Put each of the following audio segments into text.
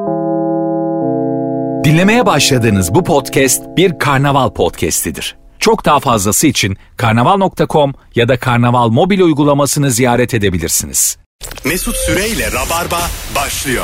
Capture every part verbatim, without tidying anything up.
Dinlemeye başladığınız bu podcast bir karnaval podcastidir. Çok daha fazlası için karnaval nokta com ya da karnaval mobil uygulamasını ziyaret edebilirsiniz. Mesut Süreyle Rabarba başlıyor.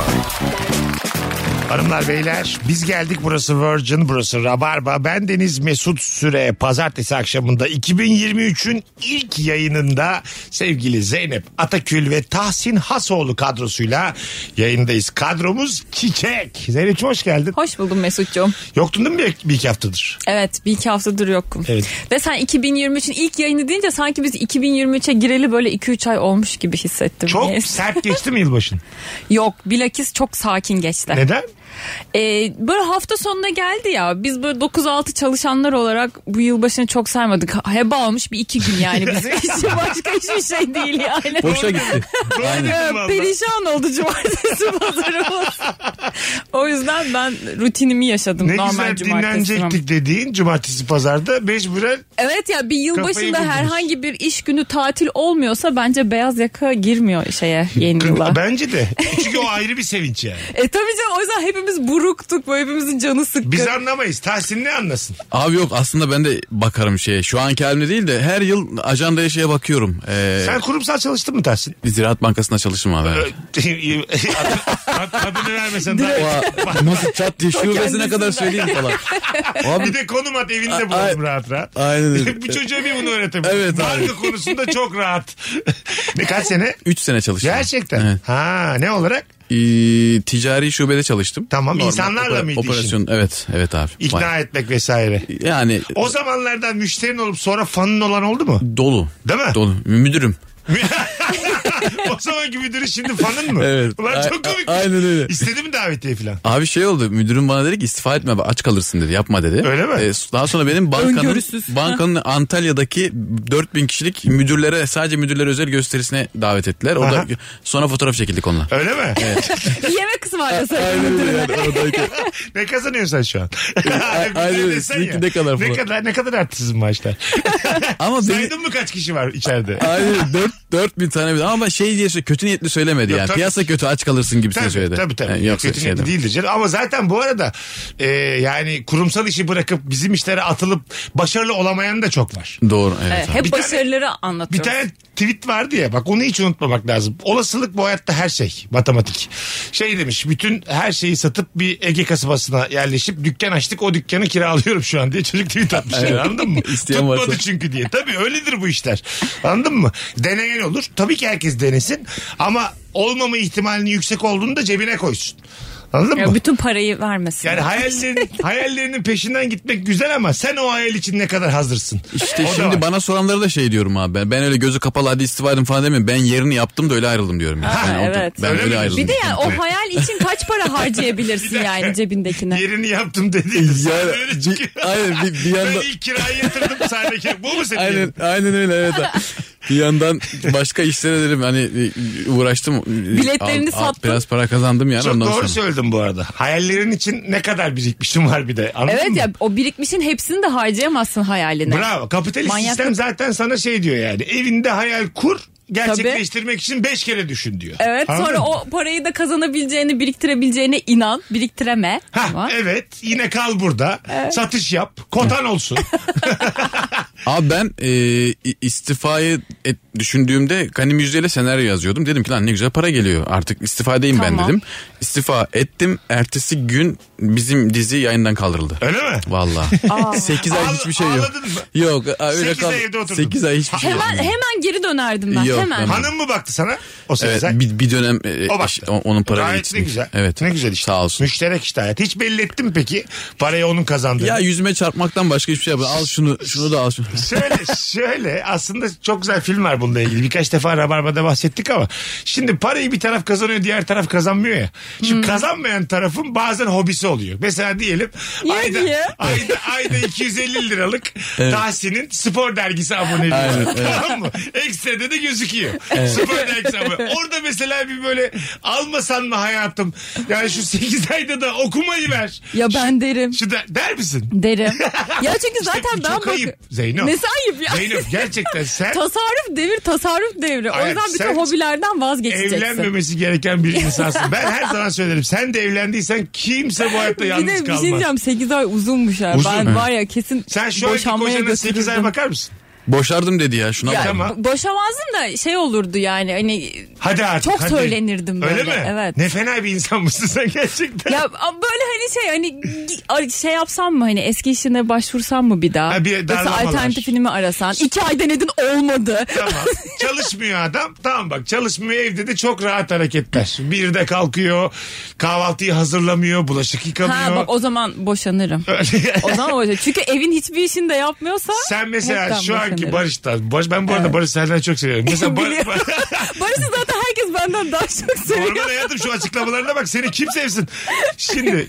Hanımlar beyler, biz geldik, burası Virgin, burası Rabarba. Ben Deniz Mesut Süre. Pazartesi akşamında iki bin yirmi üçün ilk yayınında sevgili Zeynep Atakül ve Tahsin Hasoğlu kadrosuyla yayındayız. Kadromuz çiçek. Zeynep'ciğim hoş geldin. Hoş buldum Mesut'cuğum. Yoktun değil mi bir, bir iki haftadır? Evet, bir iki haftadır yokum. Evet. Ve sen iki bin yirmi üçün ilk yayını deyince sanki biz iki bin yirmi üçe gireli böyle iki üç ay olmuş gibi hissettim. Çok Neyse. sert geçti mi yılbaşın? Yok, bilakis çok sakin geçti. Neden? Ee, böyle hafta sonuna geldi ya, biz böyle dokuz altı çalışanlar olarak bu yılbaşını çok saymadık. Heba olmuş bir iki gün yani bizim için, başka hiçbir şey değil yani. Boşa gitti. Aynen. Perişan oldu cumartesi pazarımız. O yüzden ben rutinimi yaşadım Ne normal güzel cumartesi. dinlenecektik dediğin cumartesi pazarda mecburen. Evet ya, bir yılbaşında buldunuz. herhangi bir iş günü tatil olmuyorsa bence beyaz yaka girmiyor şeye, yeni yıla. Bence de. Çünkü o ayrı bir sevinç yani. E tabii canım, o yüzden hepimiz buruktuk, böyle hepimizin canı sıkkın. Biz anlamayız. Tahsin ne anlasın? Abi yok, aslında ben de bakarım şeye. Şu anki halimde değil de her yıl ajandaya şeye bakıyorum. Ee, Sen kurumsal çalıştın mı Tahsin? Ziraat Bankası'nda çalıştım abi. Evet. Ad- Adını vermesen daha. Oha, nasıl çat diye şubesine kadar söyleyeyim falan. Abi, Bir de konum at, evinde bulalım rahat rahat. aynen öyle. Bu çocuğa bir bunu öğretebilirim. Evet abi. Marka konusunda çok rahat. Ne, kaç sene? üç sene çalıştım. Gerçekten. Evet. Ha, ne olarak? Ee, ticari şubede çalıştım. Tamam, Normal, insanlarla mıydı operasyon, işin? Evet, evet abi. İkna Bayağı. etmek vesaire. Yani O zamanlardan müşterin olup sonra fanın olan oldu mu? dolu. Değil mi? Dolu. Müdürüm. O zamanki müdürü şimdi fanın mı? Evet. Ulan A- çok komik. a- aynen öyle. İstedi mi davetiye falan? Abi şey oldu, müdürüm bana dedi ki istifa etme, aç kalırsın dedi, yapma dedi. Öyle mi? Ee, daha sonra benim bankanın Öngörüsüz. bankanın Antalya'daki dört bin kişilik müdürlere, sadece müdürlere özel gösterisine davet ettiler. Orada Aha. sonra fotoğraf çekildik onunla. Öyle mi? Bir yemek ısmarlasaydın. Aynen öyle yani, oradayken. Ne kazanıyorsun sen şu an? aynen öyle. Desen Sizinki ya. ne kadar Ne falan. kadar ne kadar arttı sizin maaşlar? Ama beni Saydın mı kaç kişi var içeride? aynen dört dört bin tane bir, ama şey diye söyle, kötü niyetli söylemedi Yok, yani. tabii. Piyasa kötü, aç kalırsın gibisine Tabii söyledi. tabii. tabii. Yani yoksa Kötü şey niyetli değil. değildir canım. Ama zaten bu arada e, yani kurumsal işi bırakıp bizim işlere atılıp başarılı olamayan da çok var. Doğru, evet. Evet, abi. hep Bir tane- başarıları Bir anlatıyoruz. tane tweet vardı ya, bak onu hiç unutmamak lazım. Olasılık bu hayatta her şey. Matematik. Şey demiş, bütün her şeyi satıp bir Ege kasabasına yerleşip dükkan açtık, o dükkanı kiralıyorum şu an diye çocuk tweet atmış. Yani, anladın mı? İsteyen Tutmadı varsa. çünkü diye. Tabii öyledir bu işler. Anladın mı? Deneyen olur. Tabii ki herkes denesin. Ama olmama ihtimalinin yüksek olduğunu da cebine koysun. Anladın Ya mı? bütün parayı vermesin. Yani hayallerin, hayallerinin peşinden gitmek güzel ama sen o hayal için ne kadar hazırsın? İşte O da şimdi var. bana soranlara da şey diyorum abi. Ben, ben öyle gözü kapalı hadi istifa edin falan demiyorum. Ben yerini yaptım da öyle ayrıldım diyorum. Yani. Ha, Ben, o- evet. ben Öyle öyle, mi? ayrıldım. Bir de yani o hayal için kaç para harcayabilirsin yani cebindekine? Yerini yaptım dediğinde sahne Yani öyle bir- çıkıyor. aynen, bir- bir Ben yanda- ilk kirayı yatırdım sahnedeki. Bu mu senin Aynen, yerin? aynen öyle, evet. Bir yandan başka işlere dedim hani e, uğraştım. Biletlerini Al- al- sattın. Biraz para kazandım yani. Çok ondan doğru sonra. söyledin bu arada. Hayallerin için ne kadar birikmişim var bir de. Anladın Evet mı? ya, o birikmişin hepsini de harcayamazsın hayaline. Bravo. Kapitalist Manyak- sistem zaten sana şey diyor yani. Evinde hayal kur, gerçekleştirmek için beş kere düşün diyor. Evet, Anladın sonra mı? o parayı da kazanabileceğini, biriktirebileceğine inan, biriktireme. Hah, Ama evet, yine kal burada. Satış yap. Kotan olsun. Abi ben e, istifayı et, düşündüğümde Gani Müjde ile senaryo yazıyordum. Dedim ki lan ne güzel para geliyor, artık istifa edeyim ben Tamam. dedim. İstifa ettim. Ertesi gün bizim dizi yayından kaldırıldı. Öyle mi? Vallahi. sekiz ay Ağla- hiçbir şey yok. ağladın mı? Yok öyle Sekiz kaldı. ay evde oturdun. sekiz ay hiçbir şey yok. hemen hemen geri dönerdim ben, Yok, hemen. ben- Hanım mı baktı sana? O sekiz Evet, ay. bir, bir dönem e, O baktı. eş- o- onun parayla Gayet geçti. ne güzel. Evet. Ne güzel işte. Sağ olsun. Müşterek işte hayat. Hiç belli ettin mi peki parayı onun kazandığını? Ya yüzüme çarpmaktan başka hiçbir şey yapmadım. Al şunu, şunu da al şunu. Şöyle şöyle aslında çok güzel film var bununla ilgili. Birkaç defa Rabarba'da bahsettik ama şimdi parayı bir taraf kazanıyor, diğer taraf kazanmıyor ya. Şimdi kazanmayan tarafın bazen hobisi oluyor. Mesela diyelim Niye ayda, diye? ayda ayda iki yüz elli liralık Tahsin'in spor dergisi aboneliği. Aynen, var. evet. Tamam mı? Ekstrada da gözüküyor. gözüküyor. Sıfır eksamı. Orada mesela bir böyle almasan mı hayatım? Yani şu sekiz ayda da okumayı ver. Ya ben derim. Şu der, der misin? Derim. Ya çünkü İşte zaten bu ben çok bak. ayıp Zeyno. Nesi ayıp ya? Zeyno gerçekten sen Tasarruf devir, tasarruf devri. O Hayır, yüzden bütün sen hobilerden vazgeçeceksin. evlenmemesi gereken bir insansın. Ben her zaman söylerim. Sen de evlendiysen kimse bu hayatta Bir yalnız de bir şey kalmaz. diyeceğim, sekiz ay uzunmuş ya. Uzun. Ben var ya kesin Sen şu anki boşanmaya kocana sekiz ay götürürdüm. bakar mısın? Boşardım dedi ya şuna Ya, bak. Tamam. bo- boşamazdım da şey olurdu yani hani Hadi artık. çok hadi. söylenirdim böyle. Öyle mi? Evet. Ne fena bir insan mısın sen gerçekten? Ya böyle hani şey hani gi- şey yapsam mı, hani eski işine başvursam mı bir daha? Ha, bir Yoksa darlamalar. alternatifini mi arasan? İki ay denedin, olmadı. Tamam. Çalışmıyor adam. Tamam bak, çalışmıyor, evde de çok rahat hareketler. Bir de kalkıyor. Kahvaltıyı hazırlamıyor. Bulaşık yıkamıyor. Ha bak, o zaman boşanırım. O zaman boşanırım. Çünkü evin hiçbir işini de yapmıyorsa Sen mesela hepten şu anki boşanırım. Barış'tan. Barış, ben bu arada Evet. Barış senden çok seviyorum. Mesela Bar- Biliyorum. Barış'ı zaten herkes benden daha çok seviyor. Normal hayatım, şu açıklamalarına bak, seni kim sevsin? Şimdi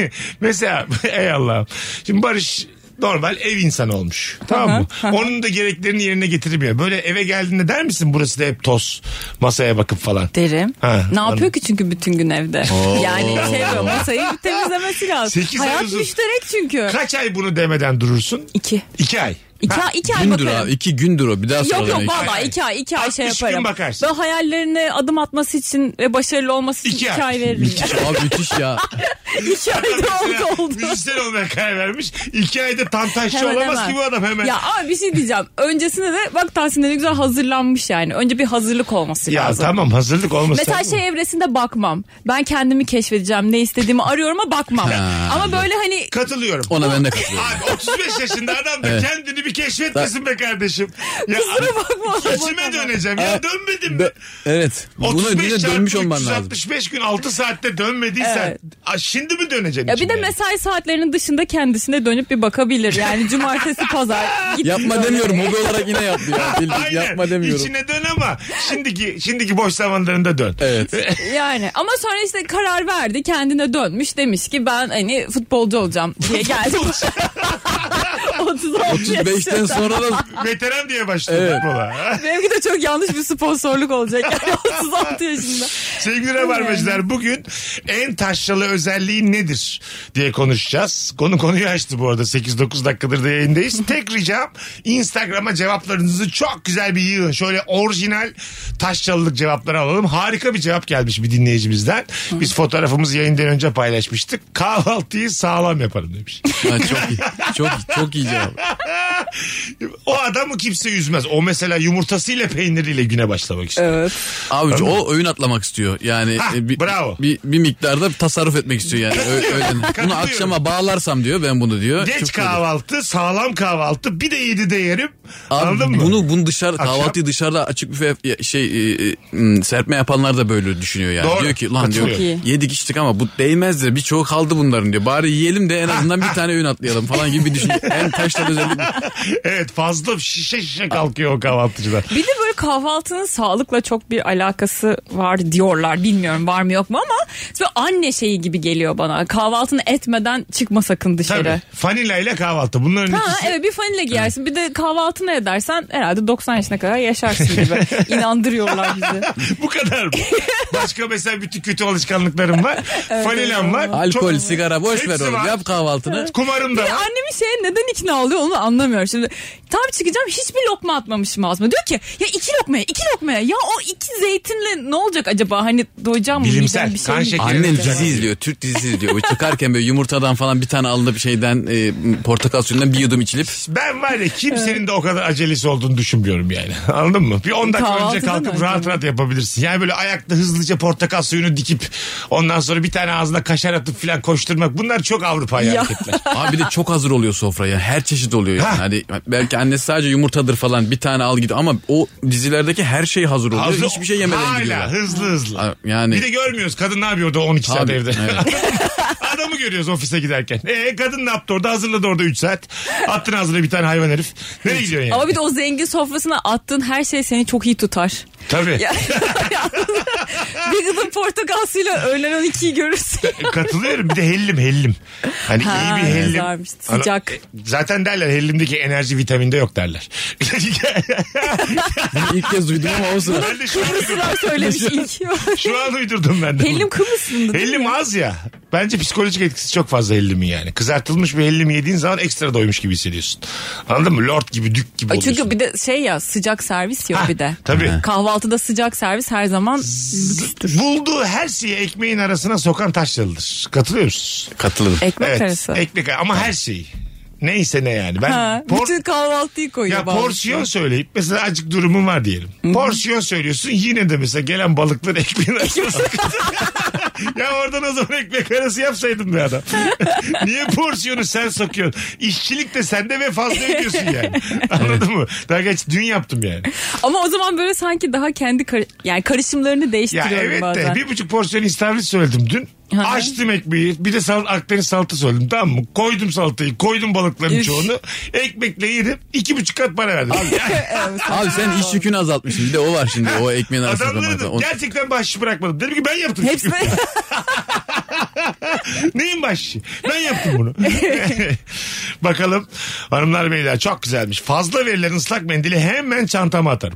mesela ey Allah'ım. Şimdi Barış normal ev insanı olmuş. Tamam mı? Onun da gereklerini yerine getirmiyor. Böyle eve geldiğinde der misin burası da hep toz, masaya bakıp falan? Derim. Ha, ne anladım. yapıyor ki çünkü bütün gün evde? Yani şey böyle masayı temizlemesi lazım. Sekiz ay Hayat uzun. müşterek çünkü. Kaç ay bunu demeden durursun? İki. İki ay. İki, Ha, iki ay Gündür bakarım. abi. iki gündür o. Bir daha sonra. Yok yok demek. valla iki ay iki ay şey altmış gün yaparım. bakarsın. Ve hayallerine adım atması için ve başarılı olması için İki iki, ay. ay veririm. Abi müthiş ya. iki ayda Mesela oldu oldu. müzisyen olmaya karar vermiş. İki ayda tantaşçı Hemen, olamaz hemen. ki bu adam hemen. Ya ama bir şey diyeceğim. Öncesinde de bak Tahsin ne güzel hazırlanmış yani. Önce bir hazırlık olması Ya lazım. tamam, hazırlık olmasın. Mesela şey evresinde bakmam. Ben kendimi keşfedeceğim. Ne istediğimi arıyorum ama bakmam. Ha, ama böyle hani Katılıyorum. Ona ben de katılıyorum. Abi otuz beş yaşında adam da Evet. kendini bir keşfetmesin be kardeşim. Ya kusura bakma. içime döneceğim ya, dönmedim mi? Be- evet. Bunu otuz beş yine çarpı dönmüş olman üç yüz lazım. altmış beş gün altı saatte dönmediysen Evet. a, şimdi mi döneceksin Ya bir içime de yani? mesai saatlerinin dışında kendisine dönüp bir bakabilir. Yani cumartesi pazar. git Yapma böyle. demiyorum. Hobi olarak yine yap. Ya. Bildik, Aynen. yapma demiyorum. İçine dön ama şimdiki şimdiki boş zamanlarında dön. Evet. Yani ama sonra işte karar verdi, kendine dönmüş, demiş ki ben hani futbolcu olacağım diye geldim. otuz altı otuz beşten yaşında. sonra da Veteran diye başlıyor Evet. futbola. Benimki de çok yanlış bir sponsorluk olacak. Yani otuz altı yaşında. Sevgili Rabarbacılar, bugün en taşralı özelliği nedir diye konuşacağız. Konu konuyu açtı bu arada, sekiz dokuz dakikadır da yayındayız. Tek ricam, Instagram'a cevaplarınızı çok güzel bir yığın. Şöyle orijinal taşralılık cevapları alalım. Harika bir cevap gelmiş bir dinleyicimizden. Biz fotoğrafımızı yayından önce paylaşmıştık. Kahvaltıyı sağlam yaparım demiş. Ha, çok iyi. Çok çok iyi cevap. O adamı kimse üzmez. O mesela yumurtasıyla peyniriyle güne başlamak istiyor. Evet. Abi o öğün atlamak istiyor. Yani Ha, e, bir, bravo. Bir, bir miktarda tasarruf etmek istiyor yani. Ö- öğlen. Bunu Katılıyorum. akşama bağlarsam diyor, ben bunu diyor. Geç Çok iyi. kahvaltı, sağlam kahvaltı, bir de yedide yerim. Abi Anladın mı? bunu bunu dışarı Akşam- kahvaltıyı dışarıda açık büfe ya- şey e, e, serpme yapanlar da böyle düşünüyor yani. Doğru. Diyor ki lan diyor Katılıyorum. yedik içtik ama bu değmezdi. Birçoğu kaldı bunların diyor. Bari yiyelim de en azından bir tane öğün atlayalım falan gibi bir düşünce. En taştan özellik. Evet, fazla şişe şişe kalkıyor o kahvaltıcılar. Bir de böyle kahvaltının sağlıkla çok bir alakası var diyorlar. Bilmiyorum var mı yok mu ama böyle anne şeyi gibi geliyor bana. Kahvaltını etmeden çıkma sakın dışarı. Tabii. Fanila ile kahvaltı. Bunların Ha ikisi. evet, bir fanile giyersin. Bir de kahvaltını edersen herhalde doksan yaşına kadar yaşarsın gibi. İnandırıyorlar bizi. Bu kadar mı? Başka mesela bütün kötü alışkanlıklarım var. Fanilam var. Alkol, Çok- sigara boş ver Hepsi oğlum. var. Yap kahvaltını. Kumarım da Bir de var. annemi şeye neden ikna oluyor onu anlamıyorum. Şimdi tam çıkacağım, hiçbir lokma atmamışım ağzıma. Diyor ki ya iki lokmaya iki lokmaya ya o iki zeytinle ne olacak acaba, hani doyacağım mı? Bilimsel, midem bir şey kan mi şekeri- gidecek? Annen Güzel. dizi izliyor. Türk dizisi izliyor. Bu çıkarken böyle yumurtadan falan bir tane alınıp bir şeyden e, portakal suyundan bir yudum içilip. Ben var ya, kimsenin de o kadar acelesi olduğunu düşünmüyorum yani. Anladın mı? Bir on dakika önce Kahvaltıda kalkıp mı rahat acaba? rahat yapabilirsin. Yani böyle ayakta hızlıca portakal suyunu dikip ondan sonra bir tane ağzına kaşar atıp falan koşturmak, bunlar çok Avrupa Ya. hareketler. Abi bir de çok hazır oluyor sofraya. Her çeşit oluyor yani. Ha. Hani belki annesi sadece yumurtadır falan bir tane al git ama o dizilerdeki her şey hazır oluyor. Hazır- Hiçbir şey yemeden Hala gidiyorlar. hızlı hızlı. Ha, yani Bir de görmüyoruz kadın ne yapıyor da on iki saat Abi, evde. evet. adamı görüyoruz ofise giderken. E kadın ne yaptı orada? Hazırladı orada üç saat. Attın ağzına bir tane hayvan herif. Nereye gidiyorsun yani? Ama bir de o zengin sofrasına attığın her şey seni çok iyi tutar. Tabii. Ya- bir gıdım portakal suyuyla öğlen on ikiyi görürsün. Katılıyorum. Bir de hellim hellim. Hani Ha, iyi bir hellim. güzelmiş. Sıcak. Ana- Zaten derler hellimdeki enerji vitaminde yok derler. Bunu ilk kez duydum ama o sıra. Ben de şu an, Kıbrıslılar söylemiş ilk. şu an uydurdum ben de. bunu. Hellim Kıbrıs'ında değil Hellim mi? az ya. Bence psikolojik etkisi çok fazla hellimin yani. Kızartılmış bir hellim yediğin zaman ekstra doymuş gibi hissediyorsun. Anladın mı? Lord gibi, dük gibi Ay, oluyorsun. çünkü bir de şey ya, sıcak servis yok Ha, bir de. tabii. Kahvaltıda sıcak servis her zaman lükstür. Bulduğu her şeyi ekmeğin arasına sokan Taşralı'dır. Katılıyor musunuz? Katılırım. Ekmek Evet. arası. Ekmek ama her şeyi. Neyse ne yani. Ben Ha, por- bütün kahvaltıyı koyuyor. ya bazısı. porsiyon söyleyip mesela acık durumun var diyelim. Porsiyon söylüyorsun yine de mesela gelen balıkları ekmeğin arasına sokuyorsun. Ya oradan o zaman ekmek arası yapsaydın be adam. Niye porsiyonu sen sokuyorsun? İşçilik de sende ve fazla ediyorsun yani. Anladın mı? Daha geç dün yaptım yani. Ama o zaman böyle sanki daha kendi kar- yani karışımlarını Ya değiştiriyorum evet bazen. de bir buçuk porsiyon istavrit söyledim dün. Hı hı. Açtım ekmeği. Bir de sal- Akdeniz salatası söyledim, tamam mı? Koydum salatayı. Koydum balıkların Üf. çoğunu. Ekmekle yedim. iki buçuk kat para verdim. Abi sen iş yükünü azaltmışsın. Bir de o var şimdi o ekmeğin arasında. Adamları kalmakta. O- gerçekten bahşiş bırakmadım. Dedim ki ben yaptım. Hepsi Neyin bahşişi? Ben yaptım bunu. Bakalım hanımlar beyler, çok güzelmiş. Fazla verilen ıslak mendili hemen çantama atarım.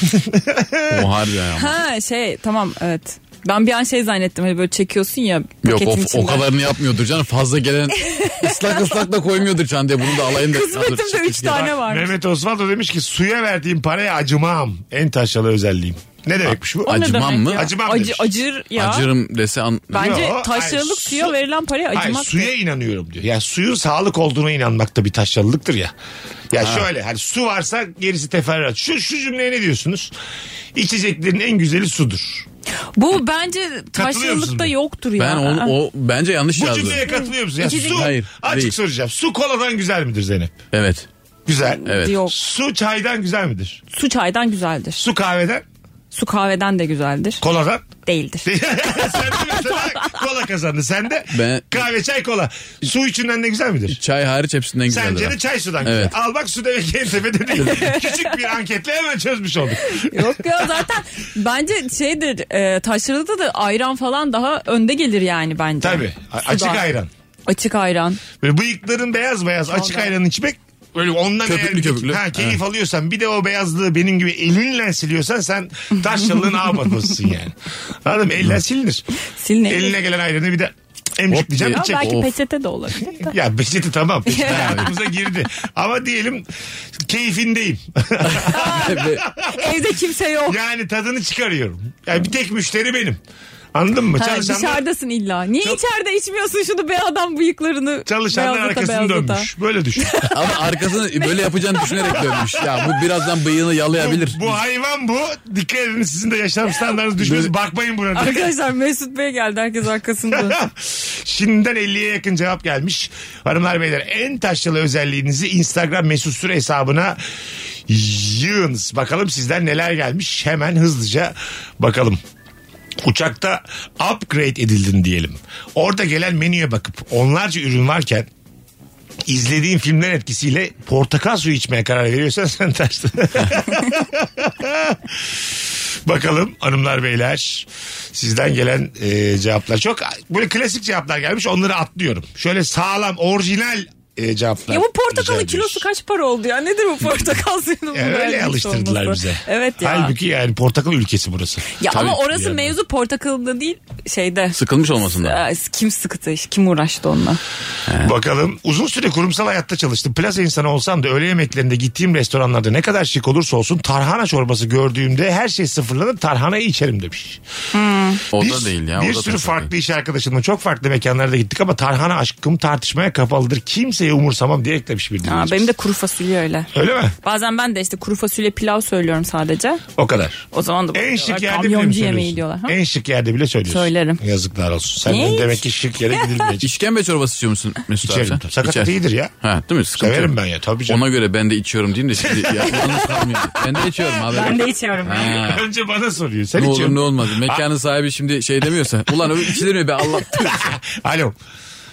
O harbi ya. ha şey tamam evet. Ben bir an şey zannettim, hani böyle çekiyorsun ya Yok paketin o, içinden. o kadarını yapmıyordur canım. Fazla gelen ıslak ıslak da koymuyordur çantaya. Bunu da alayım da. Kısmetimde üç tane var. Mehmet Osvaldo demiş ki suya verdiğim paraya acımam. En taşralı özelliğim. Ne demekmiş bu? O ne Acımam demek mı? ya? Acımam Acı, demiş. acır ya. Acırım dese an... Bence Yo, taşralık hayır, suya su- verilen paraya Hayır, acımak. suya inanıyorum diyor. Yani suyun sağlık olduğuna inanmak da bir taşralılıktır ya. Ya şöyle hani su varsa gerisi teferruat. Şu, şu cümleye ne diyorsunuz? İçeceklerin en güzeli sudur. Bu bence musunuz taşralıkta buna? yoktur ya. Ben onu, o bence yanlış Bu yazdım. cümleye katılıyor musun? Ya İçecek- su, Hayır, açık değil. soracağım. Su koladan güzel midir Zeynep? Evet. Güzel. Evet. Yok. Su çaydan güzel midir? Su çaydan güzeldir. Su kahveden? Su kahveden de güzeldir. Koladan? Değildir. Sen de mesela kola kazandı. Sen de Ben- kahve, çay, kola. Su üçünden de güzel midir? Çay hariç hepsinden güzeldir. Sence ha. de çay sudan Evet. güzel. Al bak su demek ki en tepede değil. Küçük bir anketle hemen çözmüş olduk. Yok ya, zaten bence şeydir, e, taşralıda da ayran falan daha önde gelir yani bence. Tabii. A- Açık Sudan. ayran. Açık ayran. Böyle bıyıkların beyaz beyaz açık Vallahi. ayranı içmek böyle ondan Köpüklü eğer köpüklü. Ha, keyif alıyorsan bir de o beyazlığı benim gibi elinle siliyorsan sen taşralığın ağ batmasısın yani. Anladın mı? Eller silinir. Silinir. Eline gelen ayranı bir de emcikleyeceğim Hop Ama içecek. belki Of. peçete de olabilir. de. Ya peçete tamam. Peçete hayatımıza girdi. Ama diyelim keyfindeyim. Ve- Evde kimse yok. Yani tadını çıkarıyorum. Yani bir tek müşteri benim. Anladın mı? Ha, Çalışanlar, dışarıdasın illa. Niye Çok- içeride içmiyorsun şunu, be adam bıyıklarını çalışanlar beyazlata arkasını beyazlata. dönmüş. Böyle düşün. Ama arkasını böyle yapacağını düşünerek dönmüş. Ya bu birazdan bıyığını yalayabilir. bu hayvan bu. Dikkat edin sizin de yaşam standartınız düşmesin. Bakmayın buna. diye. Arkadaşlar Mesut Bey geldi, herkes arkasında. Şimdiden elliye yakın cevap gelmiş. Hanımlar beyler, en taşralı özelliğinizi Instagram Mesut Süre hesabına yığınız. Bakalım sizden neler gelmiş. Hemen hızlıca bakalım. Uçakta upgrade edildin diyelim. Orada gelen menüye bakıp onlarca ürün varken izlediğin filmler etkisiyle portakal suyu içmeye karar veriyorsan sen taştın. Bakalım hanımlar beyler, sizden gelen e, cevaplar çok böyle klasik cevaplar gelmiş, onları atlıyorum. Şöyle sağlam orijinal e, cevaplar. Ya bu portakalın rica kilosu ediyoruz. kaç para oldu ya? Nedir bu portakal suyunun? Ya bu öyle vermiş alıştırdılar olması? bize. Evet ya. Halbuki yani portakal ülkesi burası. Ya Tabii. ama orası Yani. mevzu portakalında değil, şeyde. Sıkılmış olmasından. Ee, Kim sıktı, kim uğraştı onunla? Bakalım, uzun süre kurumsal hayatta çalıştım. Plaza insanı olsam da öğle yemeklerinde gittiğim restoranlarda ne kadar şık olursa olsun tarhana çorbası gördüğümde her şey sıfırlanır, tarhanayı içerim demiş. O Bir, da değil ya. bir o da sürü tabii. farklı iş arkadaşımla çok farklı mekanlarda gittik ama tarhana aşkım tartışmaya kapalıdır. Kimseye umursamam diye eklemiş bir Aa, dinleyicimiz. benim de kuru fasulye öyle. Öyle mi? Bazen ben de işte kuru fasulye pilav söylüyorum sadece. O kadar. O zaman da En şık diyorlar, yerde bile mi kamyoncu yemeği söylüyorsun? diyorlar. Ha? En şık yerde bile söylüyorsun. Söylerim. Yazıklar olsun. Sen Ne? demek ki şık yere gidilmeyecek. İşkembe çorbası içiyor musun Mesut abi? İçerim. sen? Sakatat İçer. iyidir ya. Ha, değil mi? Sıkıntı Severim yok. ben ya, tabii canım. Ona göre ben de içiyorum diyeyim de şimdi ya, yalnız kalmayayım. Ben de içiyorum abi. Ben de içiyorum. Ha. Önce bana soruyor. Sen Ne içiyorsun. olur ne olmaz. Mekanın sahibi şimdi şey demiyorsa. Ulan o içilir mi be Allah. Alo.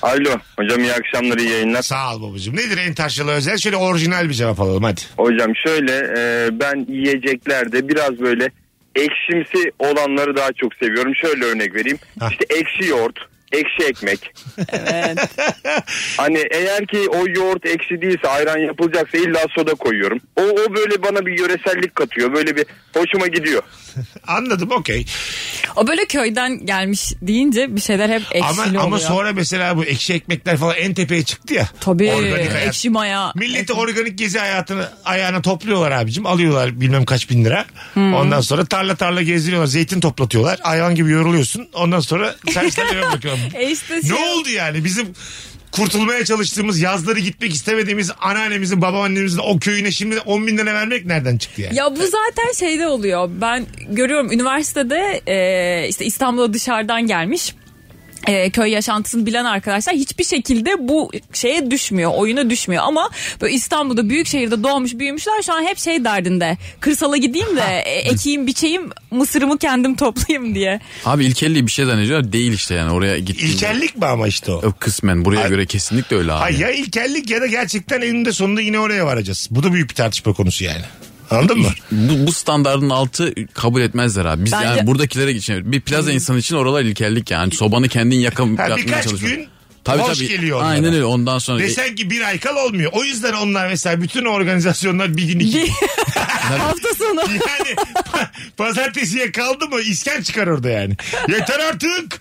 Alo hocam, iyi akşamlar, iyi yayınlar. Sağ ol babacığım. Nedir en taşralı özel? Şöyle orijinal bir cevap alalım hadi. Hocam şöyle e, ben yiyeceklerde biraz böyle ekşimsi olanları daha çok seviyorum. Şöyle örnek vereyim. Hah. İşte ekşi yoğurt, ekşi ekmek. Evet. Hani eğer ki o yoğurt ekşi değilse, ayran yapılacaksa illa soda koyuyorum. O, o böyle bana bir yöresellik katıyor. Böyle bir hoşuma gidiyor. Anladım, okey. O böyle köyden gelmiş deyince bir şeyler hep ekşili Ama, oluyor. ama sonra mesela bu ekşi ekmekler falan en tepeye çıktı ya. Tabii Organik hayat. ekşi maya. Milleti organik gezi hayatını ayağına topluyorlar abicim. Alıyorlar bilmem kaç bin lira. Hmm. Ondan sonra tarla tarla gezdiriyorlar. Zeytin toplatıyorlar. Hayvan gibi yoruluyorsun. Ondan sonra servislerle bakıyorum. E işte Ne şey... oldu yani? Bizim kurtulmaya çalıştığımız, yazları gitmek istemediğimiz anneannemizin, babaannemizin o köyüne şimdi on bin lira vermek nereden çıktı yani? Ya bu zaten şeyde oluyor. Ben görüyorum üniversitede e, işte İstanbul'a dışarıdan gelmiş e, köy yaşantısını bilen arkadaşlar hiçbir şekilde bu şeye düşmüyor, oyuna düşmüyor. Ama böyle İstanbul'da büyük şehirde doğmuş büyümüşler şu an hep şey derdinde. Kırsala gideyim de e, ekeyim biçeyim, mısırımı kendim toplayayım diye. Abi ilkelliği bir şey zannediyorlar, değil işte yani oraya gittiğinde. İlkellik mi ama işte o? O kısmen buraya Ay- göre kesinlikle öyle abi. Ay ya ilkellik ya da gerçekten eninde sonunda yine oraya varacağız. Bu da büyük bir tartışma konusu yani. Anladın mı? Bu, bu standardın altı kabul etmezler abi. Biz Bence- yani buradakilere geçiyoruz. Bir plaza insanı için oralar ilkellik yani. Sobanı kendin yakam, Ha, yakmaya birkaç çalışıyorsun. gün Tabii, hoş tabii. geliyor onlara. Aynen öyle, ondan sonra. Desen ki bir ay kal olmuyor. O yüzden onlar mesela bütün organizasyonlar bir gün iki gün. Hafta sonu. Yani pa- pazartesiye kaldı mı iskan çıkar orada yani. Yeter artık.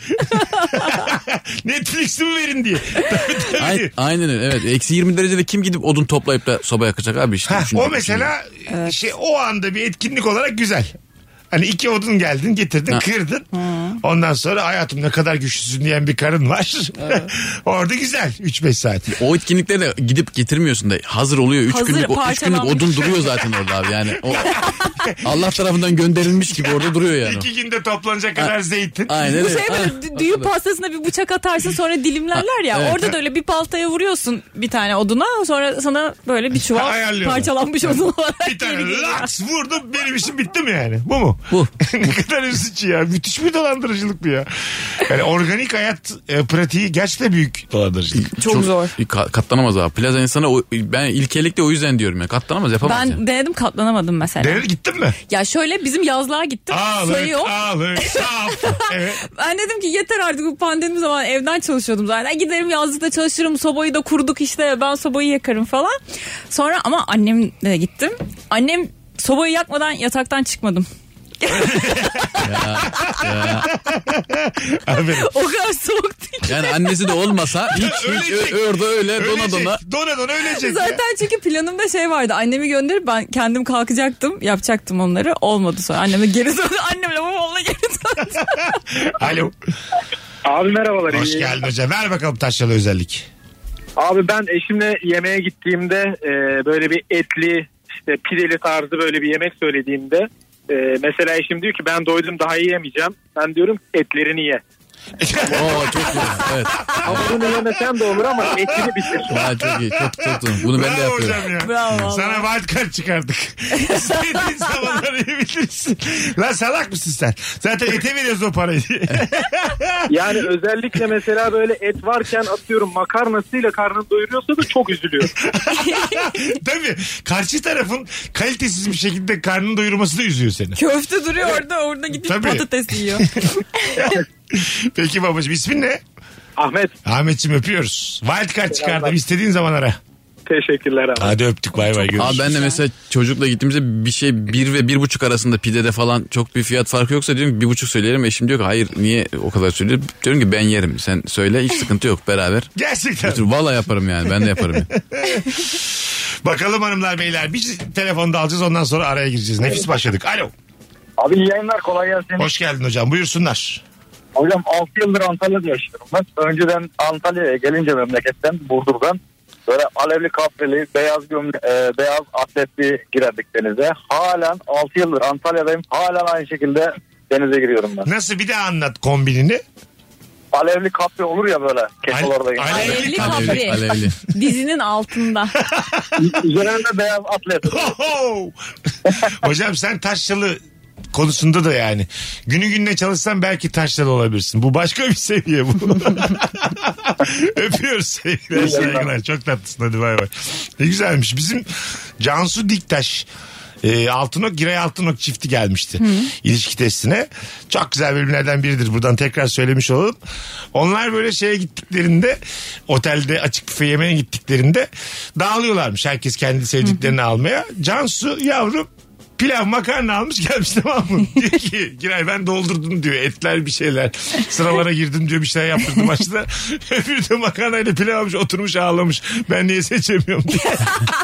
Netflix'imi verin diye. Tabii, tabii. Ay- aynen öyle, evet. Eksi yirmi derecede kim gidip odun toplayıp da soba yakacak abi işte. Ha, Düşün- o mesela şey o anda bir etkinlik olarak güzel. Hani iki odun geldin getirdin Ha. kırdın. Ondan sonra hayatım ne kadar güçlüsün diyen bir karın var. Orada güzel üç beş saat. O etkinlikleri de gidip getirmiyorsun da hazır oluyor. Üç Hazır, günlük, o, üç günlük parçalanmış. odun duruyor zaten orada abi yani. O, Allah tarafından gönderilmiş gibi orada duruyor yani. İki günde toplanacak kadar zeytin. Aynen Bu öyle. şey böyle Ha, dü- düğün pastasına bir bıçak atarsın sonra dilimlerler ya. Evet. Orada da öyle bir paltaya vuruyorsun bir tane oduna. Sonra sana böyle bir çuval Ayarlıyorlar. parçalanmış odun olarak Bir tane geri geliyor. laks vurdum benim işim bitti mi yani? Bu mu? Bu. Ne kadar üzücü ya. Müthiş bir dolandırıcılık bu ya. Yani organik hayat e, pratiği gerçekten büyük dolandırıcılık. Çok zor. Ka- Katlanamaz abi. Plaza insana o, ben ilkellikle o yüzden diyorum ya. Katlanamaz, yapamaz Ben yani. denedim katlanamadım mesela. Denir gittin mi? Ya şöyle bizim yazlığa gittim. Ağlık, Sayı yok. ağlık, saf. Evet. Ben dedim ki yeter artık, bu pandemi zamanı evden çalışıyordum zaten. Giderim yazlıkta çalışırım, sobayı da kurduk işte, ben sobayı yakarım falan. Sonra ama annemle de gittim. Annem sobayı yakmadan yataktan çıkmadım. Aferin. O kadar soğuk değil. Yani annesi de olmasa hiç, hiç Ölecek. ö- orada öyle dona Ölecek. dona. Dona dona ölecek ya. Zaten çünkü planımda şey vardı. Annemi gönderip ben kendim kalkacaktım. Yapacaktım onları. Olmadı sonra. Anneme geri döndü. Annemle babamla geri döndü. Alo. Abi merhabalar. Hoş iyi geldin hocam. Ver bakalım taşralı özellik. Abi ben eşimle yemeğe gittiğimde e, böyle bir etli işte pideli tarzı böyle bir yemek söylediğimde e, mesela eşim diyor ki ben doydum daha yiyemeyeceğim. Ben diyorum etlerini ye. Oo çok güzel. Evet. Ama bunu yemesen de olur ama etini bitir. Ya, çok iyi. Çok çok çok. Bunu ben de Bravo yapıyorum. hocam ya. Bravo Sana vallahi. wild card çıkardık. İstediğin zamanları yiyebilirsin. Lan salak mısın sen? Zaten ete veriyoruz o parayı. Yani özellikle mesela böyle et varken atıyorum makarnasıyla karnını doyuruyorsa da çok üzülüyor. Tabii. Karşı tarafın kalitesiz bir şekilde karnını doyurması da üzüyor seni. Köfte duruyor orada. Orada gidip Tabii. patates yiyor. Peki babacığım ismin ne? Ahmet Ahmetciğim öpüyoruz. Wild card çıkardım. İstediğin zaman ara. teşekkürler abi. Hadi öptük bay bay görüşürüz. Abi ben de mesela çocukla gittiğimizde bir şey bir ve bir buçuk arasında pidede falan çok bir fiyat farkı yoksa diyorum ki bir buçuk söyleyelim. Eşim diyor ki hayır niye o kadar söylüyor? Diyorum ki ben yerim, sen söyle, hiç sıkıntı yok, beraber. Gerçekten. Götür, valla yaparım yani, ben de yaparım. Yani. Bakalım hanımlar beyler. Bir telefonu da alacağız ondan sonra araya gireceğiz. Nefis başladık. Alo. Abi iyi yayınlar, kolay gelsin. Hoş geldin hocam buyursunlar. Hocam altı yıldır Antalya'da yaşıyorum ben. Önceden Antalya'ya gelince memleketten, Burdur'dan böyle alevli kafreli, beyaz gömle, e, beyaz atletli girerdik denize. Halen altı yıldır Antalya'dayım. Halen aynı şekilde denize giriyorum ben. Nasıl, bir daha anlat kombinini. Alevli kapri olur ya böyle kekolardayım. Ale- ale- Alevli Alevli, kapri. alevli. Dizinin altında. Üzerinde beyaz atlet. Hocam sen taşralı konusunda da yani. Günü gününe çalışsan belki taşla da olabilirsin. Bu başka bir seviye bu. Öpüyoruz sevgiler, saygılar. Çok tatlısın, hadi bay bay. Ne güzelmiş. Bizim Cansu Diktaş E, Altınok, Giray Altınok çifti gelmişti. Hı. İlişki testine. Çok güzel bölümlerden biridir. Buradan tekrar söylemiş olalım. Onlar böyle şeye gittiklerinde, otelde açık büfe yemeğe gittiklerinde dağılıyorlarmış. Herkes kendi sevdiklerini Hı. almaya. Cansu yavrum pilav makarna almış gelmiş, tamam mı? Diyor ki Giray ben doldurdum diyor, etler bir şeyler. Sıralara girdim diyor, bir şeyler yaptırdım başta. Öbürü de makarnayla pilav almış, oturmuş ağlamış. Ben niye seçemiyorum diye.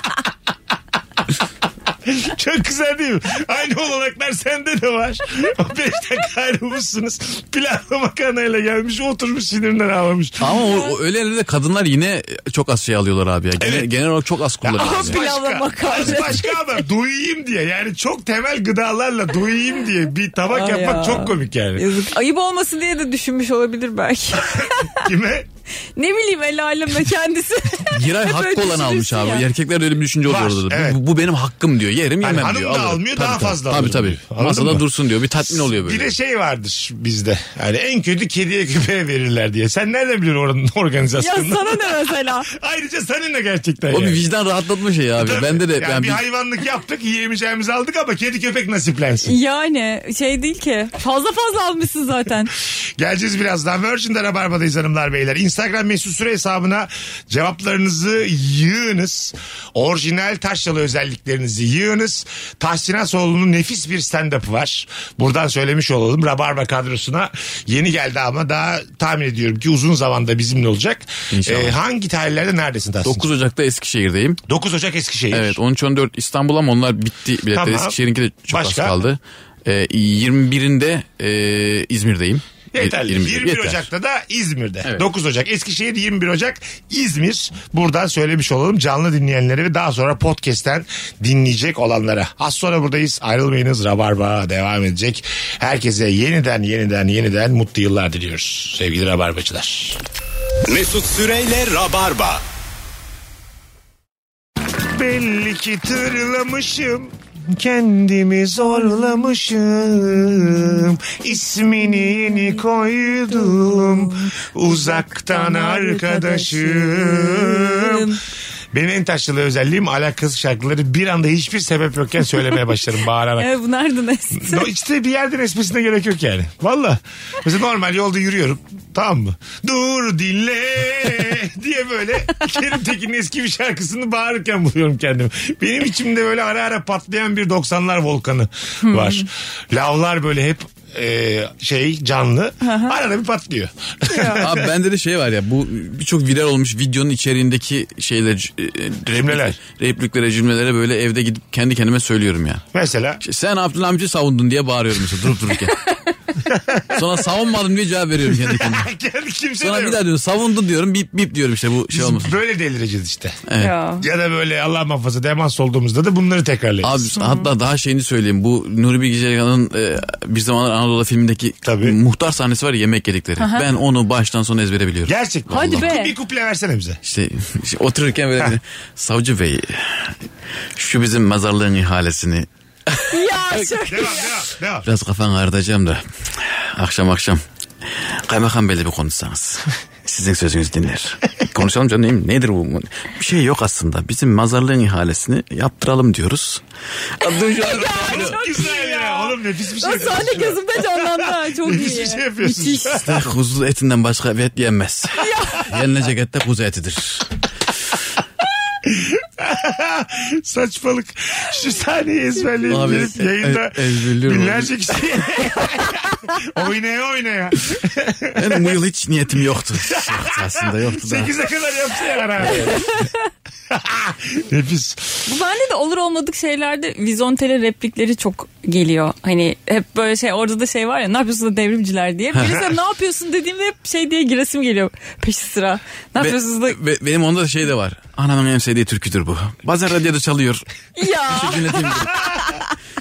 Çok güzel değil mi? Aynı olanaklar sende de var. O beş dakika ayrılmışsınız. Pilavla makarnayla gelmiş, oturmuş sinirinden ağlamış. Ama o, o öyle yerlerde kadınlar yine çok az şey alıyorlar abi ya. Genel, evet. genel olarak çok az kullanıyorlar. Az yani. pilavla makarna. Az başka ama doyayım diye. Yani çok temel gıdalarla doyayım diye bir tabak Ay yapmak ya. Çok komik yani. Yazık. Ayıp olmasın diye de düşünmüş olabilir belki. Kime? Ne bileyim, el alemle kendisi. Giray hakkı olan almış abi. Ya. Erkeklerde öyle bir düşünce olur orada. Evet. Bu, bu benim hakkım diyor. Yerim yemem yani diyor. Hanım da alırım. Almıyor, tabii, daha tabii, fazla tabii, alırım. Tabii tabii. Masada mı? Dursun diyor. Bir tatmin oluyor böyle. Bir de şey vardır bizde. Yani en kötü kediye köpeğe verirler diye. Sen nereden biliyorsun oranın organizasyonunu? Ya sana ne mesela? Ayrıca senin de gerçekten. O yani. bir vicdan rahatlatma şey abi. Tabii. Bende de. Yani yani bir biz... hayvanlık yaptık, yiyemeyeceğimizi aldık ama kedi köpek nasiplensin. Yani şey değil ki. Fazla fazla almışsın zaten. Geleceğiz birazdan. Virgin'de Rabarba'dayız hanımlar beyler. Instagram mesut süre hesabına cevaplarınızı yığınız. Orijinal taşralı özelliklerinizi yığınız. Tahsin Asoğlu'nun nefis bir stand-up'ı var. Buradan söylemiş olalım. Rabarba kadrosuna yeni geldi ama daha tahmin ediyorum ki uzun zamanda bizimle olacak. İnşallah. Ee, hangi tarihlerde neredesin Tahsin? dokuz Ocak'ta Eskişehir'deyim. dokuz Ocak Eskişehir. Evet, on üç on dört İstanbul ama onlar bitti biletler. Tamam. Eskişehir'inki de çok Başka? az kaldı. Ee, yirmi birinde e, İzmir'deyim. Yeterli. yirmi bir yirmi bir yeter. Ocak'ta da İzmir'de. Evet. dokuz Ocak Eskişehir, yirmi bir Ocak İzmir. Buradan söylemiş olalım canlı dinleyenlere ve daha sonra podcast'ten dinleyecek olanlara. Az sonra buradayız. Ayrılmayınız. Rabarba devam edecek. Herkese yeniden yeniden yeniden mutlu yıllar diliyoruz. Sevgili Rabarbacılar. Mesut Süreyle Rabarba. Belli ki tırlamışım, kendimi zorlamışım, ismini yeni koydum, uzaktan arkadaşım. Benim en taşralı özelliğim alakasız şarkıları bir anda hiçbir sebep yokken söylemeye başlarım bağırarak. Evet, bu nereden esti? No, işte bir yerden esmesine gerek yok yani. Valla. Mesela normal yolda yürüyorum. Tamam mı? Dur dinle diye böyle Kerim Tekin'in eski bir şarkısını bağırırken buluyorum kendimi. Benim içimde böyle ara ara patlayan bir doksanlar volkanı var. Lavlar böyle hep Ee, şey canlı arada bir patlıyor. Abi bende de şey var ya, bu birçok viral olmuş videonun içeriğindeki şeyler, cümleler, repliklere, cümlelere böyle evde gidip kendi kendime söylüyorum ya. Mesela işte, sen Abdülhamit'i savundun diye bağırıyorum mesela durup dururken. Sonra savunmadım diye cevap veriyorum kendi kendime. Kendi kimse Sonra bir daha diyorum savundun diyorum, bip bip diyorum, işte bu şey olmasın. Böyle delireceğiz işte. Evet. Ya. ya da böyle Allah muhafaza demans olduğumuzda da bunları tekrarlayacağız. Abi hatta daha şeyini söyleyeyim, bu Nuri Bilge Ceylan'ın e, bir zamanlar Anadolu filmindeki Tabii. muhtar sahnesi var ya, yemek yedikleri. Aha. Ben onu baştan sona ezbere biliyorum. Gerçekten. Hadi Allah. be. Bir kuple versene bize. İşte, işte otururken böyle bir, savcı bey şu bizim mezarlığın ihalesini ya çok devam, devam, devam. Biraz kafan ağrıtacağım da akşam akşam kaymakam beyle bir konuşsanız. Sizin sözünüz dinler. Konuşalım canım, neyim, nedir bu? Bir şey yok aslında. Bizim mazarlığın ihalesini yaptıralım diyoruz. Adım şu an çok güzel ya. Oğlum nefis bir şey. O sahne gözümde canlandı. Çok nefis iyi. Nefis bir şey yapıyorsun. İşte kuzu etinden başka bir et yenmez. Yenilecek et de kuzu etidir. Saçmalık. Şu sahneyi ezberleyip Abi, gelip yayında e, e, binlerce kişi oynaya oynaya. Benim bu yıl hiç niyetim yoktu. Aslında yoktu da. sekize kadar yapsa ya. Nefis. Bu bende de olur olmadık şeylerde vizontele replikleri çok geliyor. Hani hep böyle şey, orada da şey var ya, ne yapıyorsun da devrimciler diye. Birisi ne yapıyorsun dediğimde hep şey diye giresim geliyor peşi sıra. Ne yapıyorsunuz da. Be, benim onda da şey de var. Anamın en sevdiği türküdür bu. Bazen radyoda çalıyor. Ya.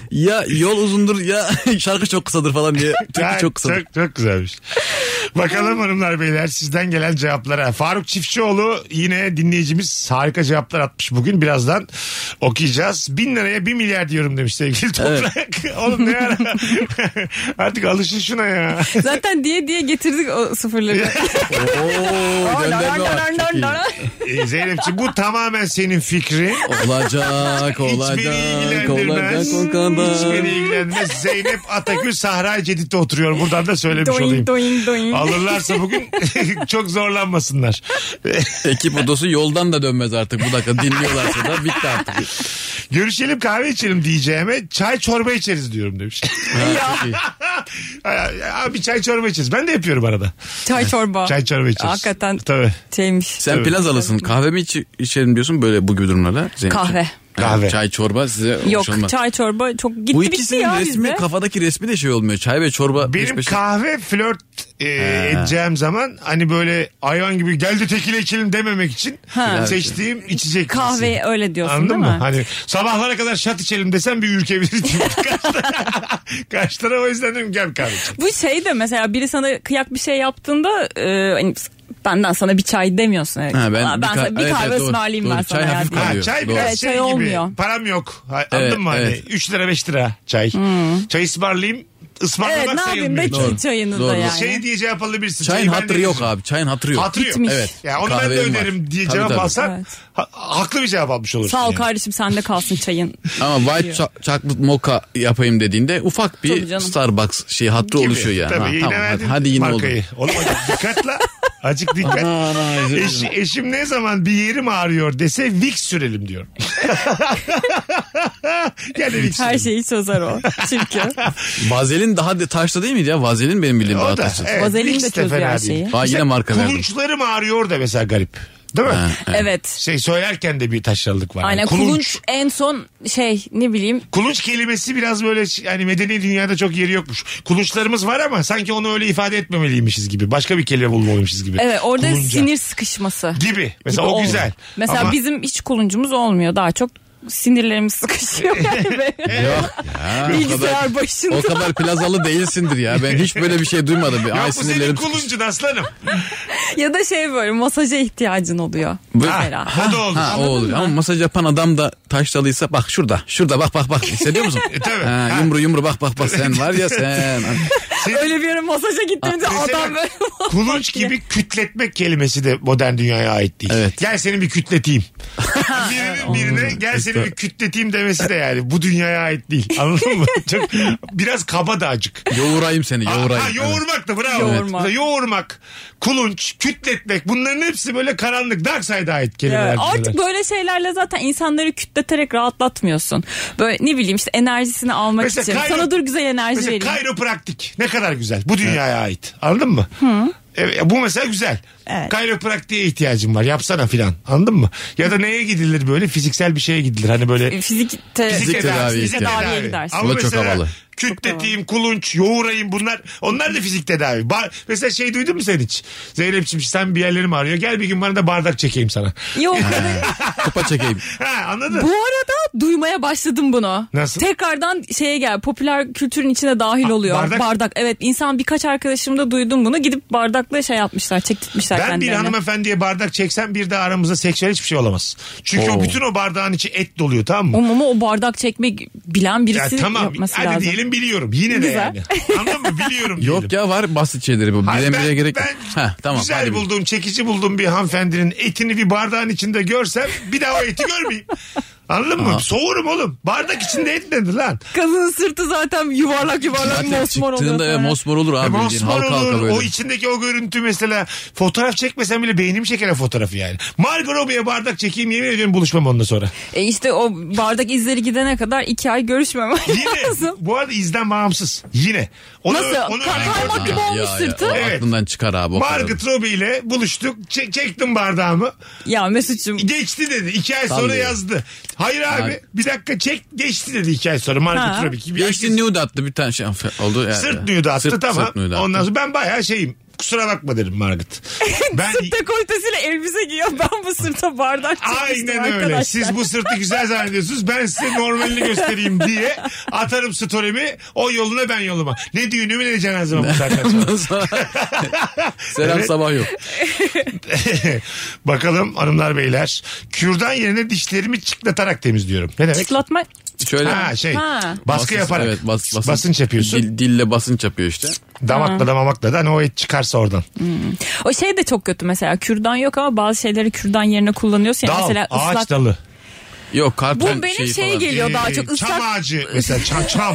Ya yol uzundur ya şarkı çok kısadır falan diye. Türkü Ya, çok kısadır. Çok, çok güzelmiş. Bakalım hanımlar beyler sizden gelen cevaplara. Faruk Çiftçioğlu yine dinleyicimiz harika cevaplar atmış bugün. Birazdan okuyacağız. Bin liraya bir milyar diyorum demiş sevgili Toprak. Evet. Oğlum ne ara? Artık alışın şuna ya. Zaten diye diye getirdik o sıfırları. Oo, gönderme var. Çok iyi. Ee, Zeynepciğim bu tamamen senin fikrin. Olacak, olacak, Hiç beni ilgilendirmez. olacak o kadar. Hiç beni ilgilendirmez. Zeynep Atakül Sahra Cedid'de oturuyor. Buradan da söylemiş Doing, olayım. doing, doing. Alırlarsa bugün çok zorlanmasınlar. Ekip odosu yoldan da dönmez artık bu dakika dinliyorlarsa da bitti artık. Görüşelim kahve içelim diyeceğime çay çorba içeriz diyorum demiş. Ha, çok iyi. Abi çay çorba içeriz. Ben de yapıyorum arada. Çay çorba. Çay çorba içeriz. Hakikaten Tabii. şeymiş. Sen Evet. plazalısın. Kahve mi iç, içerim diyorsun böyle bu gibi durumlarda? Zeynepciğim? Kahve. Kahve. Çay çorba size Yok hoş olmaz. çay çorba çok gitti Bu bitti ikisinin ya resmi bizde. kafadaki resmi de şey olmuyor. Çay ve çorba. Benim peş peşe. kahve flört e, edeceğim zaman hani böyle hayvan gibi geldi tekile içelim dememek için Ha. seçtiğim içecek. Kahveyi cinsi. öyle diyorsun Anladın değil mı? mi? Hani sabahlara kadar şat içelim desem bir ürkebilirim. Kaç tane o yüzden dedim gel kahve içelim. Bu şey de mesela biri sana kıyak bir şey yaptığında e, hani benden sana bir çay demiyorsun. Evet. Ha, ben Aa, bir ben ka- sana bir evet, kahve evet, doğru, ısmarlayayım ben doğru. sana. Çay ya hafif diye. Ha, kalıyor. çay Doğru. biraz Evet, şey çay gibi. olmuyor. Param yok. Ha, Anladın Evet, mı hani? evet. üç lira beş lira çay. Çay ısmarlayayım. Ismarlamak Evet ne yapayım be sayılmıyor. Doğru. çayını Doğru. da yani. Şey diye cevap alabilirsin. Çayın Çayı ben hatırı de yok içeceğim. abi. Çayın hatırı yok. Hatırı yok. Bitmiş. Evet. Ya onu ben de Kahvem var. önerim diye Tabii, cevap tabii. alsan Evet. ha- haklı bir cevap almış olursun. Sağ ol yani. kardeşim sende kalsın çayın. Ama white cho- chocolate mocha yapayım dediğinde ufak Tabii bir canım. Starbucks şey hatırı Gibi. oluşuyor yani. Tabii Ha, yine tamam, hadi, verdin hadi yine oldu. markayı. Oğlum hadi dikkat la. Azıcık dikkat. Ana, ana, özür Eş, dilerim. eşim ne zaman bir yerim ağrıyor dese Vicks sürelim diyor. Yani Vicks Her sürelim. şeyi çözer o. Çünkü. Vazelin daha de, taşta değil miydi ya? Vazelin benim bildiğim daha O da taşta. evet, Vazelin Vicks de çözüyor fena her değil. şeyi. Aa, yine Mesela marka verdim. kulunçlarım ağrıyor da mesela garip. Değil mi? Ha, ha. Evet. Şey söylerken de bir taşralık var. Aynen Kulunç. kulunç en son şey ne bileyim Kulunç kelimesi biraz böyle yani medeni dünyada çok yeri yokmuş. Kulunçlarımız var ama sanki onu öyle ifade etmemeliymişiz gibi. Başka bir kelime bulmalıymışız gibi. evet orada Kulunca. sinir sıkışması. Gibi. Mesela gibi o olmuyor. güzel. Mesela Ama- bizim hiç kuluncumuz olmuyor daha çok sinirlerimiz sıkışıyor yani be. Yok ya, o kadar, Bilgisayar başında. o kadar plazalı değilsindir ya. Ben hiç böyle bir şey duymadım. Bir, ay Yok bu senin sinirlerim kuluncun aslanım. Ya da şey böyle masaja ihtiyacın oluyor. Mesela. Ha, o da olur. Ha, o olur. Ama masaj yapan adam da taşralıysa bak şurada. Şurada bak bak bak. Hissediyor musun? E, tabii. Ha, Ha. yumru yumru bak bak bak sen var ya sen. Öyle bir yere masaja gittiğimde Mesela adam böyle kulunç gibi kütletmek kelimesi de modern dünyaya ait değil. Evet. Gel seni bir kütleteyim. Birinin birine gel seni bir kütleteyim demesi de yani bu dünyaya ait değil. Anladın mı? Çok, biraz kaba da acık. Yoğurayım seni Ha, yoğurayım. ha, yoğurmak da bravo. Yoğurmak. Mesela yoğurmak, kulunç, kütletmek bunların hepsi böyle karanlık dark side'a ait kelimeler. Evet, cümleler. artık böyle şeylerle zaten insanları kütleterek rahatlatmıyorsun. Böyle ne bileyim işte enerjisini almak Mesela için. kayro- Sana dur güzel enerji Mesela vereyim. kayropraktik ne kadar güzel. Bu dünyaya ait. Anladın mı? Evet, bu mesela güzel. Evet. Kayropraktiğe ihtiyacım var. Yapsana filan. Anladın mı? Ya da neye gidilir böyle? Fiziksel bir şeye gidilir. Hani böyle Fizik, te- fizik tedavi tedavi. ihtiyacı. tedaviye gidersin. Ama Bu da çok mesela havalı. kütleteyim, kulunç, yoğurayım bunlar. Onlar da fizik tedavi. Ba- mesela şey duydun mu sen hiç? Zeynep'ciğim sen bir yerlerim ağrıyor. Gel bir gün bana da bardak çekeyim sana. Yok. Kupa çekeyim. Ha anladın? Bu arada duymaya başladım bunu. Nasıl? Tekrardan şeye gel popüler kültürün içine dahil oluyor. bardak- Bardak. Evet insan birkaç arkadaşımda duydum bunu. Gidip bardakla şey yapmışlar çektirtmişler Ben bir kendilerine. hanımefendiye bardak çeksem bir de aramızda seksüel hiçbir şey olamaz. Çünkü o Oo. bütün o bardağın içi et doluyor tamam mı? Ama o bardak çekmek bilen birisi Ya tamam yapması hadi lazım. diyelim biliyorum. Yine de Güzel. yani. Anladın mı? Biliyorum diyelim. Yok ya var basit şeyleri bu. Hayır, Bilemeye ben, gerek yok. ben Heh, tamam, güzel hadi bulduğum, çekici bulduğum bir hanımefendinin etini bir bardağın içinde görsem bir daha o eti görmeyeyim. Anladın mı? Soğurum oğlum. Bardak içinde et nedir lan? Kadının sırtı zaten yuvarlak yuvarlak Zaten mosmor oluyor. çıktığında evet, sonra. mosmor olur E, abi. bildiğin. mosmor Halka halka olur. böyle. O içindeki o görüntü mesela fotoğraf çekmesem bile beynim çeker o fotoğrafı yani. Margot Robbie'ye bardak çekeyim yemin ediyorum buluşmam ondan sonra. E işte o bardak izleri gidene kadar iki ay görüşmem Yine lazım. bu arada izden bağımsız. Yine. Onu, Nasıl? Onu Ka- örnek parmak gördüm. gibi olmuş Ya, ya, sırtı. o Evet. aklından çıkar abi. O kadar. Margot Robbie ile buluştuk. Çe- çektim bardağımı. Ya Mesut'cum Geçti dedi. İki ay sonra Tabii. yazdı. Hayır abi Yani- bir dakika çek geçti dedi iki ay sonra Margot Ha. Robbie. Gibi Geçti nude attı bir tane şey oldu. Yani. Sırt nude attı Sırt- tamam. sırt nude attı. Ondan sonra ben bayağı şeyim. kusura bakma derim Margaret. Ben... Sırt dekoltesiyle elbise giyiyor. Ben bu sırta bardak çekmiştim Aynen arkadaşlar. öyle. Siz bu sırtı güzel zannediyorsunuz. Ben size normalini göstereyim diye atarım story'mi. O yoluna ben yoluma. Ne düğünümü ne cenazeme bu saatten sonra. Selam Evet. sabah yok. Bakalım hanımlar beyler. Kürdan yerine dişlerimi çıtlatarak temizliyorum. Ne demek? Çıtlatma. Şöyle Ha şey Ha. baskı basınç- yaparak evet, bas- basınç, basınç yapıyorsun. Dil, dille basınç yapıyor işte. Damakla da mamakla da hani o et çıkarsa oradan. O şey de çok kötü mesela. Kürdan yok ama bazı şeyleri kürdan yerine kullanıyorsun. Ya Dal, mesela ağaç ıslak. dalı. Yok karton Bu benim şeyi şey falan. geliyor daha Ee, çok ıslak. Çam ağacı mesela çam çam.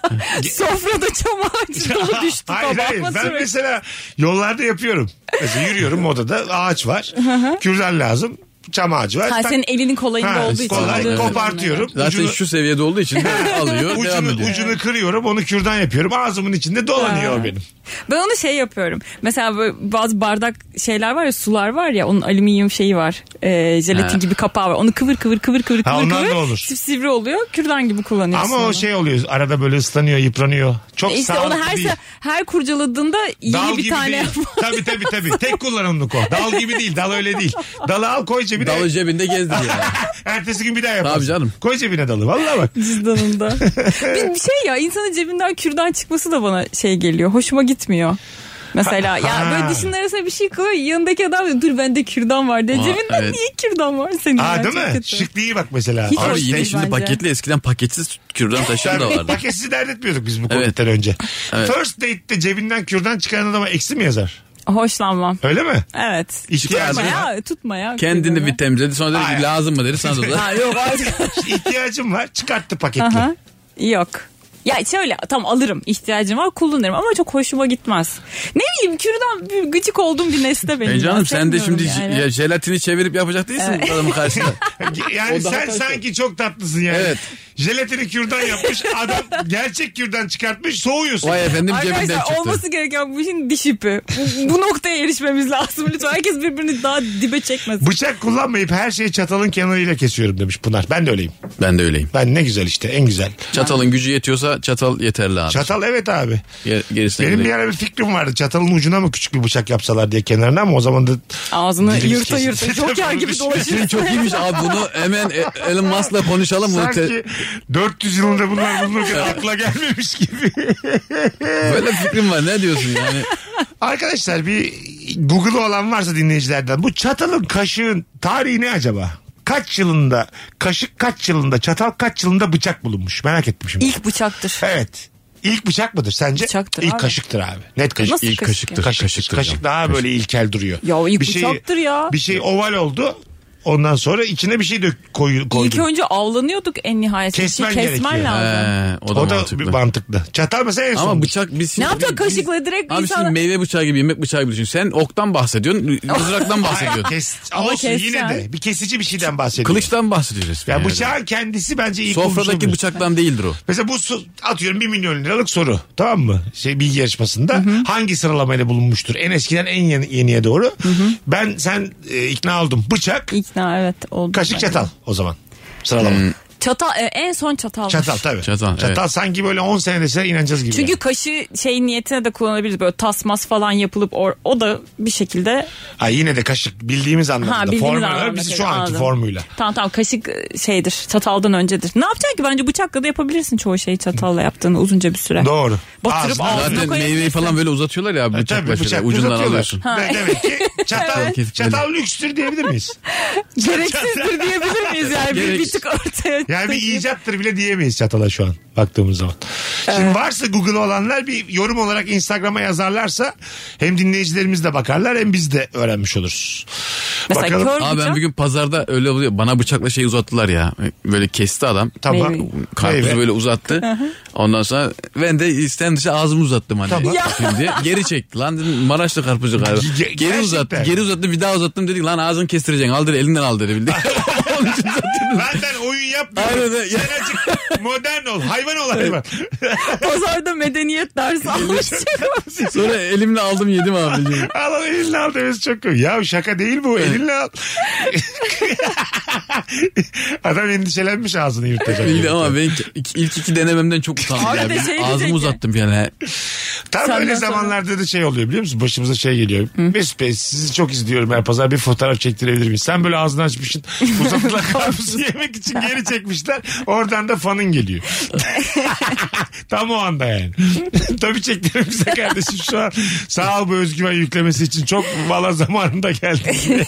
Sofrada çam ağacı dolu düştü Hayır hayır tabağıma ben sürekli. mesela yollarda yapıyorum. Mesela yürüyorum modada ağaç var. Kürdan lazım. Çam ağacı var. Ha, Tak- senin elinin kolayında Ha, olduğu için. kolay, alıyorum kopartıyorum. onları. Zaten Ucunu- şu seviyede olduğu için de alıyor devam Ucunu, ediyor. ucunu kırıyorum onu kürdan yapıyorum. Ağzımın içinde dolanıyor Ha. o benim. Ben onu şey yapıyorum. Mesela böyle bazı bardak şeyler var ya, sular var ya, onun alüminyum şeyi var. E, jelatin Ha. gibi kapağı var. Onu kıvır kıvır kıvır kıvır Ha, kıvır ondan kıvır. da olur. Sivri oluyor. Kürdan gibi kullanıyorsun. Ama o onu. şey oluyor arada böyle ıslanıyor yıpranıyor. Çok E İşte sağlıklı onu her değil. se- her kurcaladığında yeni Dal bir gibi tane değil. yapma. Tabii tabii tabii. Tek kullanımlık o. Dal gibi değil. Dal öyle değil. Dalı al koy cebine. Dalı cebinde gezdir ya. Ertesi gün bir daha yaparsın. Tabii canım. Koy cebine dalı. Vallahi bak. Cüzdanında. bir, bir şey ya, insanın cebinden kürdan çıkması da bana şey geliyor. Hoşuma gitmiyor. Mesela ya Ha. böyle dişinin arasına bir şey koyuyor, yanındaki adam diyor, dur bende kürdan var diye. Aa, Cebinden evet. niye kürdan var senin? Aa ya? değil Çok mi? kötü. Şık değil bak mesela. Hiç Abi Abi hoş yine değil şimdi bence. paketli, eskiden paketsiz kürdan taşıyan da vardı. Paketsiz dert etmiyorduk biz bu Evet. Covid'den önce. Evet. First date'te cebinden kürdan çıkaran adama eksi mi yazar? Hoşlanmam. Öyle mi? Evet. İhtiyacı Tutma var. ya, tutma ya. Kendini kürdanı. bir temizledi, sonra dedi Hayır. ki lazım mı dedi, sana da. Ha, yok artık. İhtiyacım var. Çıkarttı paketli. Aha. Yok. Ya şöyle tam alırım, ihtiyacım var, kullanırım ama çok hoşuma gitmez. Ne bileyim, kürdan bir gıcık olduğum bir nesne benim. E ya, canım sen de sevmiyorum şimdi yani. ya, jelatini çevirip yapacak değilsin adamın karşısında. Yani O daha sen taşlı. sanki çok tatlısın yani. Evet. Jelatini kürdan yapmış. Adam gerçek kürdan çıkartmış. Soğuyorsun. Vay efendim cebinden Arkadaşlar çıktı. olması gereken bu işin diş ipi. Bu, bu noktaya erişmemiz lazım lütfen. Herkes birbirini daha dibe çekmesin. Bıçak kullanmayıp her şeyi çatalın kenarıyla kesiyorum demiş Pınar. Ben de öyleyim. Ben de öyleyim. Ben ne güzel işte en güzel. Çatalın gücü yetiyorsa çatal yeterli abi. Çatal evet abi. Ger- gerisine Benim bir gerek- ara bir fikrim vardı. Çatalın ucuna mı küçük bir bıçak yapsalar diye kenarına, ama o zaman da Ağzını dilimiz yırta yırta kesildi. Joker gibi Bunu dolaşıyor. Çok iyiymiş abi, bunu hemen e- Elon Musk'la konuşalım. Bunu te- sanki dört yüz yılında bunlar bulunurken akla gelmemiş gibi. Böyle bir fikrim var, ne diyorsun yani? Arkadaşlar bir Google'ı olan varsa dinleyicilerden, bu çatalın kaşığın tarihi ne acaba? Kaç yılında kaşık, kaç yılında çatal, kaç yılında bıçak bulunmuş? Merak ettim şimdi. İlk bıçaktır. Evet. İlk bıçak mıdır sence? Bıçaktır İlk abi. kaşıktır abi. Net kaşık. Nasıl İlk kaşık kaşıktır. ya? Kaşık, Kaşıktır kaşık hocam. daha böyle ilkel duruyor. Ya ilk Bir şey- bıçaktır ya. Bir şey oval oldu. Ondan sonra içine bir şey dök koy, koydun. İlk önce avlanıyorduk en nihayetinde. Kesmen Bir şey kesmen gerekiyor. lazım. He, o da, O da mantıklı. bir mantıklı. Çatal mesela en son. Ama bıçak biz... Ne yapacak biz- kaşıkla direkt Abi insan... şimdi meyve bıçağı gibi, yemek bıçağı gibi düşün. Sen oktan bahsediyorsun, mızraktan Hayır, bahsediyorsun. kes, Ama olsun yine keseceksin. de bir kesici bir şeyden bahsediyorum. Kılıçtan bahsediyoruz. Ya yani. bıçağın kendisi bence ilk bulmuş Sofradaki olabilir. bıçaktan değildir o. Mesela bu su- atıyorum bir milyon liralık soru, tamam mı? Şey, bilgi yarışmasında hangi sıralamayla bulunmuştur? En eskiden en yeni, yeniye doğru. Ben sen e, ikna oldum. Bıçak, İkna evet oldu. kaşık, bence. çatal o zaman. Sıralama. Çatal e, en son çatal. Çatal tabii. Çatal, evet. sanki böyle on sene deseler inanacağız gibi. Çünkü yani. kaşı şey niyetine de kullanabiliriz. Böyle tasmas falan yapılıp or, o da bir şekilde. Ha, yine de kaşık bildiğimiz anlamda. Ha, bildiğimiz Formül var, anlamda biz tabii, şu anki anladım. formuyla. Tamam tamam, kaşık e, şeydir, çataldan öncedir. Ne yapacaksın ki, bence bıçakla da yapabilirsin çoğu şeyi çatalla yaptığını uzunca bir süre. Doğru. Batırıp Ağzına- ağzına Zaten meyveyi koyabilirsin. falan böyle uzatıyorlar ya E, tabii bıçakla şöyle bıçakla ucundan uzatıyorlar. alıyorsun. De- demek ki çatal, Evet. çatal lükstür diyebilir miyiz? Gereksizdir diyebilir miyiz yani? Bir, bir Gerek- tık ortaya. Yani bir icattır bile diyemeyiz çatala şu an baktığımız zaman. Şimdi varsa Google olanlar bir yorum olarak Instagram'a yazarlarsa hem dinleyicilerimiz de bakarlar hem biz de öğrenmiş oluruz. Mesela Bakalım. kör Abi ben bıçak. bir gün pazarda öyle oluyor. Bana bıçakla şey uzattılar ya. Böyle kesti adam. Tamam. Meyve. Karpuzu Meyve. böyle uzattı. Ondan sonra ben de istem dışı ağzımı uzattım hani. Tamam. Yapayım diye. Geri çekti. Lan dedim Maraşlı karpuzu galiba. Ge- Geri gerçekten. uzattı. Geri uzattı. Bir daha uzattım dedik. Lan ağzını kestireceksin. Al dedi, elinden al dedi. Bildi. Onun için uzattım. Benden oyun yapma. Aynen öyle. Sen azıcık modern ol. Hayvan ol hayvan. Pazarda medeniyet dersi almışım. Sonra elimle aldım yedim abi. Al al elinle al demesi çok komik. Ya şaka değil bu, elinle al. Adam endişelenmiş ağzını yırtacak. İyi ama ben ilk, ilk iki denememden çok utandım. Abi Yani. de şey Ağzımı diyecek uzattım yani. Tam Senden öyle sonra- zamanlarda da şey oluyor biliyor musun? Başımıza şey geliyor. Mesut Bey sizi çok izliyorum her pazar, bir fotoğraf çektirebilir miyiz? Sen böyle ağzını açmışsın. Uzatılan karpuzu yemek için geri çekmişler. Oradan da fanın geliyor. Tam o anda yani. Tabii çektirelim bize kardeşim şu an. Sağ ol bu özgüven yüklemesi için. Çok valla zamanında geldi.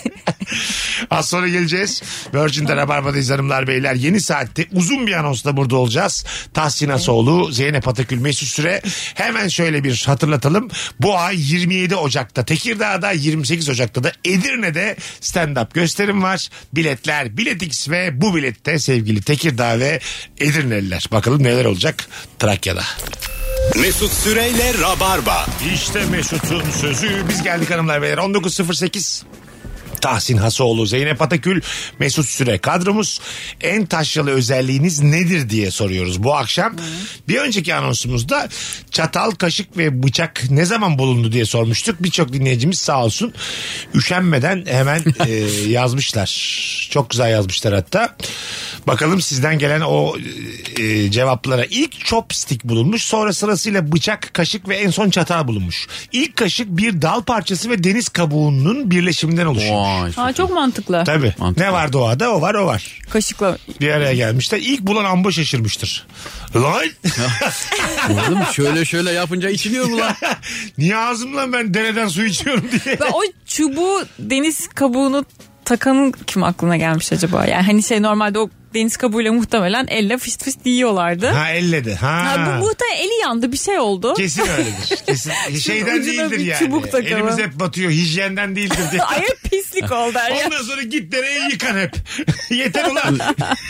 Az sonra geleceğiz. Virgin'de Rabarba'dayız hanımlar beyler. Yeni saatte uzun bir anonsla burada olacağız. Tahsin Asoğlu, Zeynep Atakül, Mesut Süre. Hemen şöyle bir hatırlatalım. Bu ay yirmi yedi Ocak'ta Tekirdağ'da, yirmi sekiz Ocak'ta da Edirne'de stand-up gösterim var. Biletler Biletix ve bu bilette sevgili Tekirdağ ve Edirneliler. Bakalım neler olacak Trakya'da. Mesut Süreyle Rabarba. İşte Mesut'un sözü. Biz geldik hanımlar beyler. on dokuz sıfır sekiz. Tahsin Hasoğlu, Zeynep Atakül, Mesut Süre kadromuz. En taşralı özelliğiniz nedir diye soruyoruz bu akşam. Hmm. Bir önceki anonsumuzda çatal, kaşık ve bıçak ne zaman bulundu diye sormuştuk. Birçok dinleyicimiz sağ olsun üşenmeden hemen e, yazmışlar. Çok güzel yazmışlar hatta. Bakalım sizden gelen o e, cevaplara. İlk chopstick bulunmuş, sonra sırasıyla bıçak, kaşık ve en son çatal bulunmuş. İlk kaşık bir dal parçası ve deniz kabuğunun birleşiminden oluşuyor. Vay, Ha, çok mantıklı. Tabii. Mantıklı. Ne var doğada o var o var. Kaşıkla. Bir araya gelmişler. İlk bulan amba şaşırmıştır. Lan. Anladın mı? Şöyle şöyle yapınca içiliyor bu lan. Niye ağzımla ben dereden su içiyorum diye. Ve o çubuğu, deniz kabuğunu takanın kim aklına gelmiş acaba? Yani hani şey normalde o deniz kabuğuyla muhtemelen elle fışt fışt yiyorlardı. Ha elledi. Ha. Ha, bu muhtemelen eli yandı, bir şey oldu. Kesin öyledir. Kesin. Şeyden ucuna değildir bir yani. çubuk takalım. Elimiz hep batıyor. Hijyenden değildir diye. Ay hep pislik oldu her yer. Ondan sonra git dereye yıkan hep. Yeter ulan.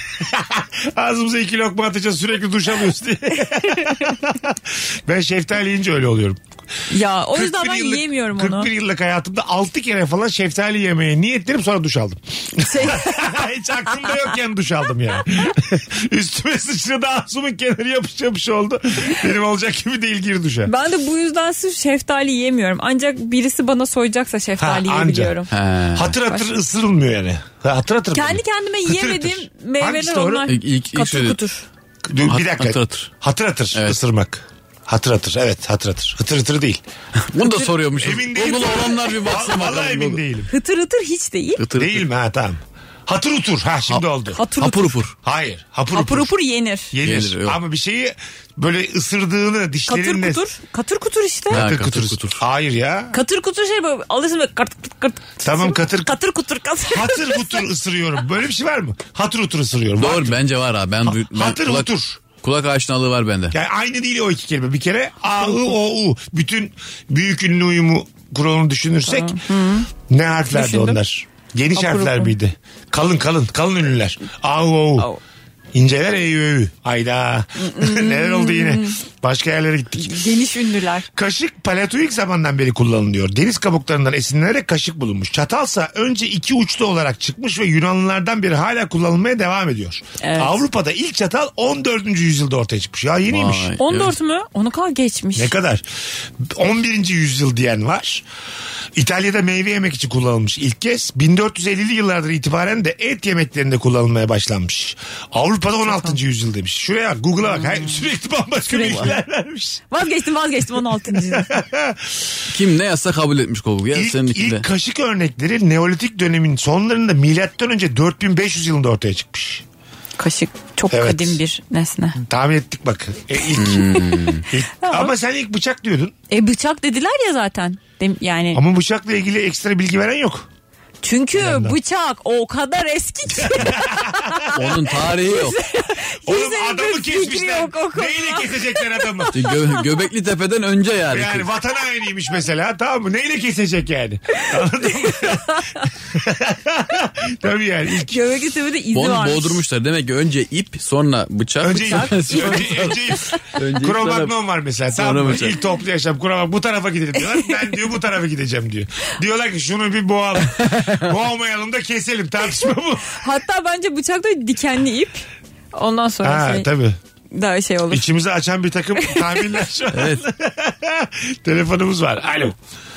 Ağzımıza iki lokma atacağız, sürekli duş alıyoruz diye. Ben şeftali yiyince öyle oluyorum. Ya o yüzden kırk bir ben yıllık- yiyemiyorum kırk bir onu. yıllık hayatımda altı kere falan şeftali yemeye niyetlerim, sonra duş aldım. Şey, Hiç aklımda yokken duş aldım yani. Üstüme sıçradı, ağzımın kenarı yapış yapış oldu. Benim olacak gibi değil, gir duşa. ben de bu yüzden sırf şeftali yiyemiyorum. Ancak birisi bana soyacaksa şeftali Ha, yiyebiliyorum. He. Hatır hatır ısırılmıyor yani. Ha, Hatır hatır. Kendi kendime Hıtır yiyemediğim hıtır. meyveler Hangisi doğru? onlar. İlk- ilk- ilk Katır söyledi. kutur. Dur, bir Hat- dakika. hatır hatır. Hatır hatır Evet. ısırmak. Hatır hatır, evet hatır hatır. Hıtır hıtır değil. Bunu da soruyormuşum. Emin değilim. Google olanlar bir baksın Vallahi bakalım. emin değilim. Hıtır hıtır hiç değil. Hıtır Değil mi? Ha tamam. Hatır utur. Ha şimdi oldu. Hatır Hapur hapur. hapur. Hayır. Hapur Hapur upur. hapur yenir. Yenir. Yenir, yok. Ama bir şeyi böyle ısırdığını Katır dişlerinle... kutur. Katır kutur işte. Ha, Katır katır kutur. kutur. Hayır ya. Katır kutur şey böyle alırsın böyle kart kart kart. Tamam, katır- Katır kutur katır. Hatır kutur ısırıyorum. Böyle bir şey var mı? Hatır utur ısırıyorum. Var Doğru mı? bence var ha. Ben, duy- ben Hatır kulak, utur. kulak aşinalığı var bende. Yani aynı değil o iki kelime. Bir kere A, I, O, U. Bütün büyük ünlü uyumu kuralını düşünürsek ne harflerdi Düşündüm. onlar? Geniş Apur harfler upur. miydi? Kalın kalın kalın ünlüler. A, I, O, U. Au. İnceler E, Ö, Ü. Ayda. Neler oldu yine? Başka yerlere gittik. Geniş ünlüler. Kaşık Paleozoik zamandan beri kullanılıyor. Deniz kabuklarından esinlenerek kaşık bulunmuş. Çatalsa önce iki uçlu olarak çıkmış ve Yunanlılardan beri hala kullanılmaya devam ediyor. Evet. Avrupa'da ilk çatal on dördüncü yüzyılda ortaya çıkmış. Ya yeniymiş. Vay. on dört mü? Onu kadar geçmiş. Ne kadar? on birinci yüzyıl diyen var. İtalya'da meyve yemek için kullanılmış ilk kez. bin dört yüz ellili yıllardan itibaren de et yemeklerinde kullanılmaya başlanmış. Avrupa'da on altıncı yüzyıl demiş. Şuraya bak, Google'a bak. Hayır, sürekli bambaşka Sürekli. bilgiler vermiş. Vazgeçtim vazgeçtim on altıncı. Kim ne yazsa kabul etmiş Google. Ya İlk, seninki de. ilk kaşık örnekleri Neolitik dönemin sonlarında milattan önce dört bin beş yüz yılında ortaya çıkmış. Kaşık çok Evet. kadim bir nesne. Tahmin ettik bak. E, ilk, ilk- ama sen ilk bıçak diyordun. E bıçak dediler ya zaten. Dem- yani Ama bıçakla ilgili ekstra bilgi veren yok. çünkü bıçak o kadar eski ki. Onun tarihi yok. Oğlum Kimsenin adamı bir fikri kesmişler. yok o konuda. Neyle kesecekler adamı? Gö- Göbekli Tepe'den önce yani. Yani vatan hainiymiş mesela, tamam mı? Neyle kesecek yani? Anladın mı? Tabii yani ilk Göbek üstünde izi Onu varmış. boğdurmuşlar. Demek ki önce ip, sonra bıçak. önce bıçak, önce, sonra- önce, Önce ip, Kromagnon sonra- var mesela, sonra tamam mı? bıçak. İlk toplu yaşam Kromagnon, bu tarafa gidelim diyorlar. Ben diyor bu tarafa gideceğim diyor. Diyorlar ki şunu bir boğalım. Boğmayalım da keselim, tartışma bu. Hatta bence bıçak da dikenli ip. Ondan sonra Ha şey tabii. daha şey olur. İçimizi açan bir takım tahminler şu an. Evet. Telefonumuz var. Alo.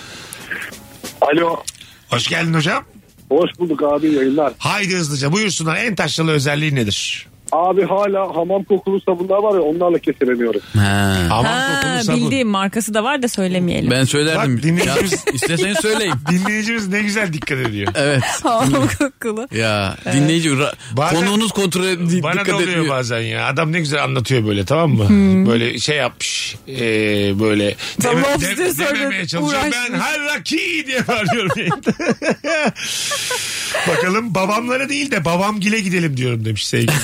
Alo. Hoş geldin hocam. Hoş bulduk abi, yayınlar. Haydi hızlıca buyursunlar. En taşralı özelliği nedir? Abi hala hamam kokulu sabunlar var ya, onlarla kesilemiyorum. Ha. Hamam Ha, kokulu sabun. bildiğim markası da var da söylemeyelim. Ben söylerdim. Bak, dinleyicimiz- Ya, isterseniz söyleyin. Dinleyicimiz ne güzel dikkat ediyor. Evet. Hamam kokulu. Ya dinleyici ra- Bazen- konuğunuz kontrol ed- Bana da dikkat oluyor etmiyor. bazen ya. Adam ne güzel anlatıyor böyle, tamam mı? Böyle şey yapmış. Ee, böyle Tam deme, lafzı de- söyle, dememeye çalışıyor. uğraşmış. Ben harraki diye bağırıyorum. Bakalım babamlara değil de babamgile gidelim diyorum demiş sevgili.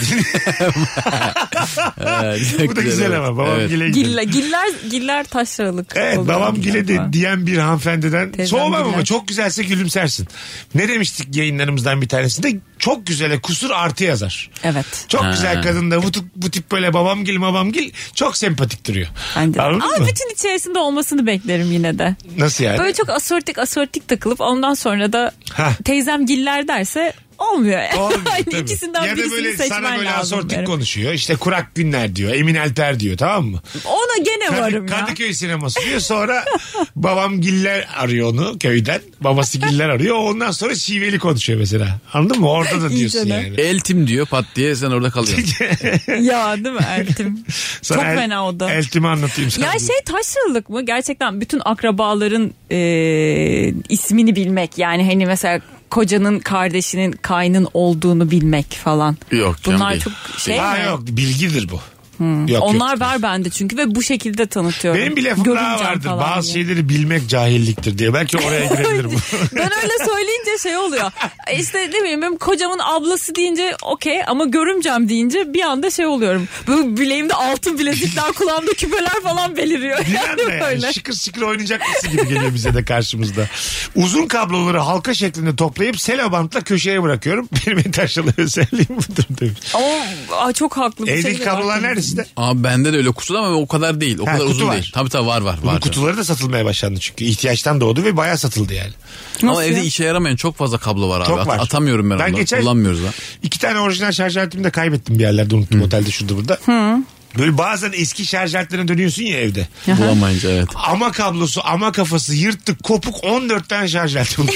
Evet, Bu da güzel evet. ama babamgile Evet. gidelim. Giller, giller, giller taşralık. Evet, oluyor. babam gile de diyen bir hanımefendiden Teyzem soğumam ama giller. çok güzelse gülümsersin. Ne demiştik yayınlarımızdan bir tanesinde? Çok güzele kusur artı yazar. Evet. Çok Ha. güzel kadın da bu, tip- bu tip böyle babamgil babamgil çok sempatik duruyor. Bence. Anladın Ama mı? bütün içerisinde olmasını beklerim yine de. Nasıl yani? Böyle çok asortik asortik takılıp ondan sonra da Hah. teyzem giller derse olmuyor. Olmuyor, Hani tabii. ikisinden ya da birisini böyle seçmen sana böyle lazım. asortik derim. konuşuyor. İşte Kurak Günler diyor. Emin Alper diyor, tamam mı? Ona gene Kadı- varım ya. Kadıköy sineması diyor. Sonra babam Giller arıyor onu köyden. Babası Giller arıyor. Ondan sonra şiveli konuşuyor mesela. Anladın mı? Orada da diyorsun İyice de. yani. Eltim diyor pat diye sen orada kalıyorsun. Ya değil mi Eltim? Sana Çok el- fena o da. Eltimi anlatayım sana. Ya şey taşralılık mı? Gerçekten bütün akrabaların e, ismini bilmek. Yani hani mesela kocanın kardeşinin kaynın olduğunu bilmek falan. Yok canım Bunlar değil. çok şey Ha mi? yok, bilgidir bu. Yok, Onlar yok. var bende çünkü ve bu şekilde tanıtıyorum. Benim bir lafım daha Görümcem vardır. falan Bazı diye. şeyleri bilmek cahilliktir diye. Belki oraya girebilir bu. Ben öyle söyleyince şey oluyor. İşte ne bileyim benim kocamın ablası deyince okey ama görümcem deyince bir anda şey oluyorum. Böyle bileğimde altın bilezikler, kulağımda küpeler falan beliriyor. Bir Yani anda yani böyle. şıkır şıkır oynayacakmışsın gibi geliyor bize de karşımızda. Uzun kabloları halka şeklinde toplayıp selobantla köşeye bırakıyorum. Benim en taşralı özelliğim budur demiş. Ama aa, çok haklı. bir Evdeki şey de var. kablolar neresinde? Ama bende de öyle kutu ama o kadar değil. O Ha, kadar kutu uzun var. değil. Tabii tabii var var. Bunun var kutuları da satılmaya başlandı çünkü. ihtiyaçtan doğdu ve bayağı satıldı yani. Ama Nasıl evde ya? işe yaramayan çok fazla kablo var abi. Çok At- var. atamıyorum ben, Ben onları. geçen- Kullanmıyoruz da. İki tane orijinal şarj aletimi de kaybettim bir yerlerde, unuttum otelde şurada burada. Böyle bazen eski şarj aletlerine dönüyorsun ya evde. Bulamayınca evet. Ama kablosu ama kafası yırtık kopuk on dört tane şarj aleti buldum.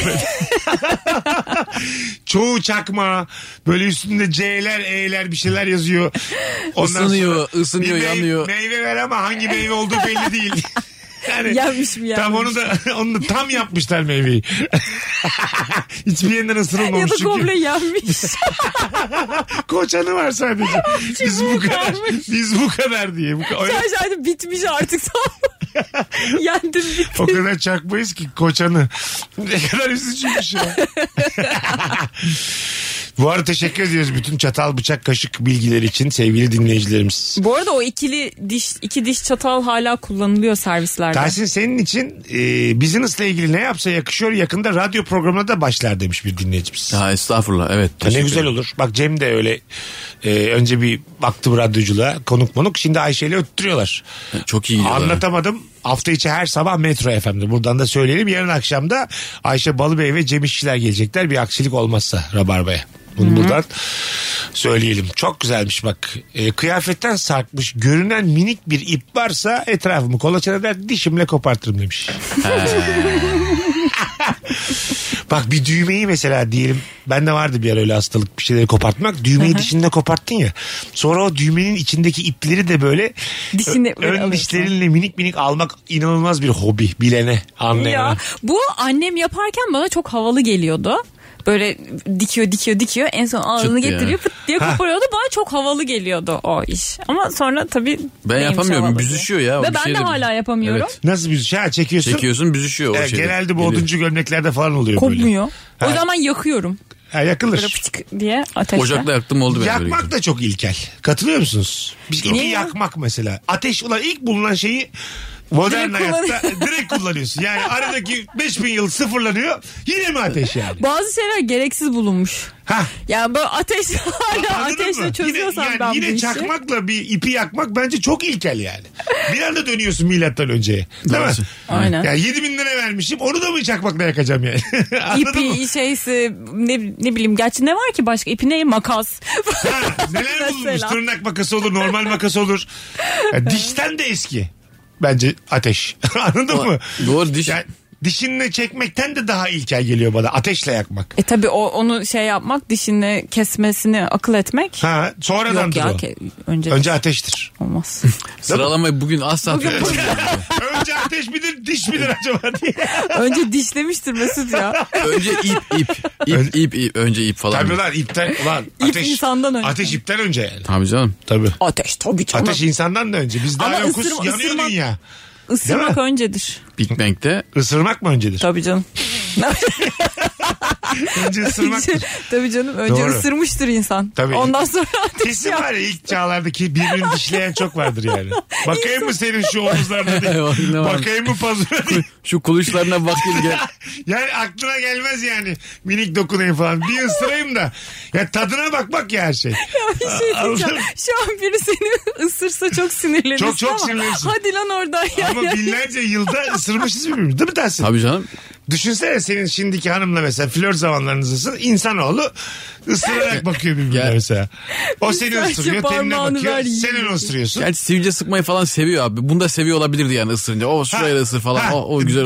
Çoğu çakma, böyle üstünde C'ler E'ler bir şeyler yazıyor. Isınıyor, ısınıyor, bir mey- yanıyor. Meyve ver ama hangi meyve olduğu belli değil. Yani Yenmiş mi tam yenmiş? onu da onu da tam yapmışlar meyveyi. Hiçbir yerinden Ya ısırılmamış da çünkü. komple yenmiş. Koçanı var sadece. Biz bu kadar. kalmış. Biz bu kadar diye. Bu, o, Şarj aleti bitmiş artık. Yendim bitti. o kadar çakmayız ki koçanı. Ne kadar üzücüymüş ya. Bu arada teşekkür ediyoruz bütün çatal, bıçak, kaşık bilgileri için sevgili dinleyicilerimiz. Bu arada o ikili diş, iki diş çatal hala kullanılıyor servislerde. Tahsin, senin için e, business'la ilgili ne yapsa yakışıyor, yakında radyo programına da başlar demiş bir dinleyicimiz. Ha, estağfurullah evet. Ha, ne teşekkür güzel ederim. olur. Bak Cem de öyle e, önce bir baktı radyoculuğa, konuk monuk, şimdi Ayşe ile öttürüyorlar. Çok iyi gidiyorlar. Anlatamadım. Hafta içi her sabah Metro F M'de. Buradan da söyleyelim. Yarın akşam da Ayşe Balıbey ve Cem İşçiler gelecekler. Bir aksilik olmazsa Rabarba'ya. Bunu buradan söyleyelim. Çok güzelmiş bak. E, kıyafetten sarkmış görünen minik bir ip varsa etrafımı kolaçan eder, dişimle kopartırım demiş. Bak bir düğmeyi mesela diyelim, bende vardı bir ara öyle hastalık, bir şeyleri kopartmak. Düğmeyi dişinde koparttın ya. Sonra o düğmenin içindeki ipleri de böyle Dişini ö- böyle ön alıyorsun. dişlerinle minik minik almak inanılmaz bir hobi, bilene, anlayana. Ya, bu annem yaparken bana çok havalı geliyordu. Böyle dikiyor dikiyor dikiyor, en son ağzını Çıt diye. getiriyor pıt diye Ha. koparıyordu. Bana çok havalı geliyordu o iş. Ama sonra tabii Ben neymiş yapamıyorum, havalı diye. büzüşüyor ya. O Ve bir ben şey de de- hala yapamıyorum. Evet. Nasıl bir şey? Ha, çekiyorsun. Çekiyorsun büzüşüyor o Evet, şeyde. genelde bu Geliyor. oduncu gömleklerde falan oluyor böyle. Kopmuyor. O Ha. zaman yakıyorum. Ha, yakılır. Böyle pıçık diye ateşle. Ocakta yaktım oldu benim. Yakmak da çok ilkel. Katılıyor musunuz? Biz ipi Niye ya? yakmak mesela. Ateş, ulan ilk bulunan şeyi Modern Direkt hayatta direkt kullanıyorsun. Yani aradaki beş bin yıl sıfırlanıyor. Yine mi ateş yani? Bazı şeyler gereksiz bulunmuş. Hah. Yani böyle ateş hala Anladın ateşle mı? çözüyorsam yine, ben yani bu yine işi. çakmakla bir ipi yakmak bence çok ilkel yani. Bir anda dönüyorsun milattan önceye. Değil mi? Aynen. Yani yedi bin lira vermişim onu da mı çakmakla yakacağım yani? Anladın mı? İpi şeysi ne, ne bileyim gerçi ne var ki başka ipi ne makas. Ha, neler bulunmuş Mesela. tırnak makası olur normal makas olur. Ya, dişten de eski. Bence ateş. Anladın mı? Doğru diş. Yani, dişinle çekmekten de daha ilkel geliyor bana. Ateşle yakmak. E tabi o onu şey yapmak dişini kesmesini akıl etmek. Ha, sonradandır Yok ya o. ke- önce, Önce ateştir. olmaz. Sıralamayı bugün asla tutmayacağım. Önce ateş midir diş midir acaba diye. Önce dişlemiştir Mesut ya. Önce ip ip. İp ip ip. Önce ip falan. Tabii lan ipten ulan İp ateş. insandan önce. Ateş ipten önce yani. Tabii canım. Tabii. Ateş tabii canım. Ateş insandan da önce. Biz daha Ama yokuz ısırma- yanıyor ısırmak- dünya. Isırmak Değil öncedir. Big Bang'de Isırmak mı öncedir? Tabii canım. Önce ısırmaktır. Tabii canım önce Doğru. ısırmıştır insan. Tabii. Ondan sonra ateş Kesin ya. var ya ilk çağlardaki birbirini dişleyen çok vardır yani. Bakayım mı senin şu omuzlarına diye. Ne var? Bakayım mı pazura diye. şu kuluşlarına bakayım gel. Yani aklına gelmez yani. Minik dokunayım falan. Bir ısırayım da. Ya tadına bakmak ya her şey. Ya bir şey diyeceğim. Şu an biri seni ısırsa çok sinirlenirsin Çok, çok ama sinirlenirsin. hadi lan oradan ya. Ama binlerce yılda ısırmışız birbirimizi değil mi Tahsin? Tabii canım. Düşünsene senin şimdiki hanımla mesela flört zamanlarınızdasın. İnsanoğlu ısırarak bakıyor birbirine Gel. mesela. O seni Sadece ısırıyor, tenine parmağını bakıyor. ver, Sen yiyor. onu ısırıyorsun. Gerçi sivilce sıkmayı falan seviyor abi. Bunu da seviyor olabilirdi yani ısırınca. O şuraya da ısır falan. Ha. O, o güzel.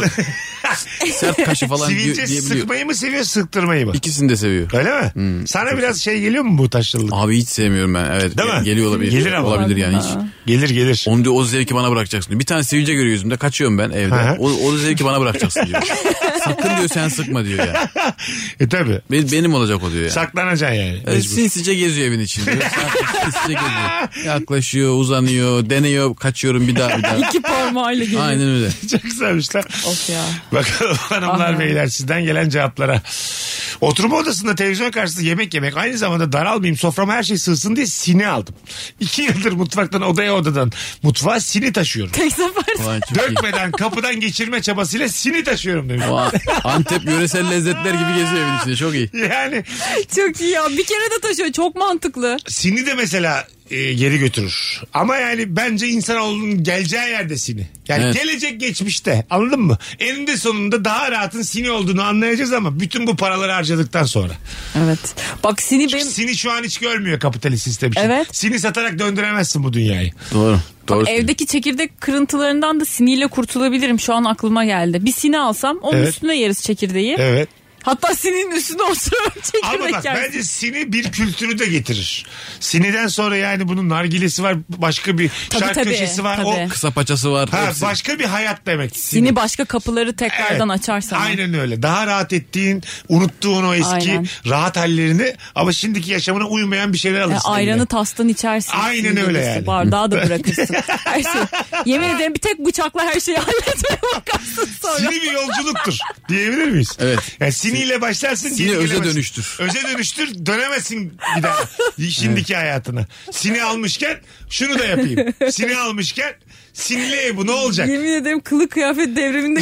Sert kaşı falan diye, Sivilce diyebiliyor. sıkmayı mı seviyor, sıktırmayı mı? İkisini de seviyor. Öyle mi? Sana biraz şey geliyor mu bu taşlılık? Abi hiç sevmiyorum ben. Evet. Değil mi? Geliyor olabilir. Gelir ama. Olabilir yani hiç. Gelir gelir. Onu diyor o zevki bana bırakacaksın diyor. Bir tane sivilce görüyor yüzümde. Kaçıyorum ben evde. Hı hı. O, o zevki bana bırakacaksın diyor. Sakın diyor sen sıkma diyor ya. E tabi. Benim, benim olacak o diyor ya. Saklanacaksın yani. Evet, sinsice geziyor evin içinde. Sinsice geziyor. Yaklaşıyor, uzanıyor, deniyor, kaçıyorum bir daha bir daha. İki parmağıyla geliyor. Aynen öyle. Çok güzelmişler. Of ya. Bakalım hanımlar Aha. beyler sizden gelen cevaplara. Oturma odasında televizyon karşısında yemek yemek aynı zamanda daralmayayım soframa her şey sığsın diye sini aldım. İki yıldır mutfaktan odaya odadan mutfağa sini taşıyorum. Tek seferde. Vay, çok iyi. Dökmeden kapıdan geçirme çabasıyla sini taşıyorum demiş. O Antep yöresel lezzetler gibi geziyor evin içinde. Çok iyi. Yani Çok iyi ya. Bir kere de taşıyor. Çok mantıklı. sini de mesela e, geri götürür. Ama yani bence insanoğlunun geleceği yerde sini. Yani Evet. gelecek geçmişte anladın mı? Eninde sonunda daha rahatın sini olduğunu anlayacağız ama bütün bu paraları harcadıktan sonra. Evet. Bak seni benim... Sini şu an hiç görmüyor kapitalist sistem için. Evet. Sini satarak döndüremezsin bu dünyayı. Doğru. Doğru. Evdeki çekirdek kırıntılarından da siniyle kurtulabilirim. Şu an aklıma geldi. Bir sini alsam onun Evet. üstüne yeriz çekirdeği. Evet. Hatta sininin üstüne oturuyorum Ama çekirdek bak yersin. bence sini bir kültürü de getirir. Siniden sonra yani bunun nargilesi var, başka bir Tabii, şark tabii, köşesi var. tabii. O Kısa paçası var. ha, hepsi. başka bir hayat demek. Sini başka kapıları tekrardan Evet. açar sana. Aynen öyle. Daha rahat ettiğin, unuttuğun o eski Aynen. rahat hallerini ama şimdiki yaşamına uymayan bir şeyler E, alırsın. ayranı eline. tastan içersin. Aynen Sini öyle gelirse yani. Bardağı da bırakırsın. Her şey. Yemin ederim bir tek bıçakla her şeyi halletmeye bakarsın sonra. Sini bir yolculuktur diyebilir miyiz? Evet. Yani siniyle başlarsın. Sini geri öze gelemezsin. dönüştür. Öze dönüştür dönemezsin bir daha şimdiki hayatına. Sini almışken şunu da yapayım. Sini almışken sinile bu ne olacak? Yemin ederim kılık kıyafet devriminde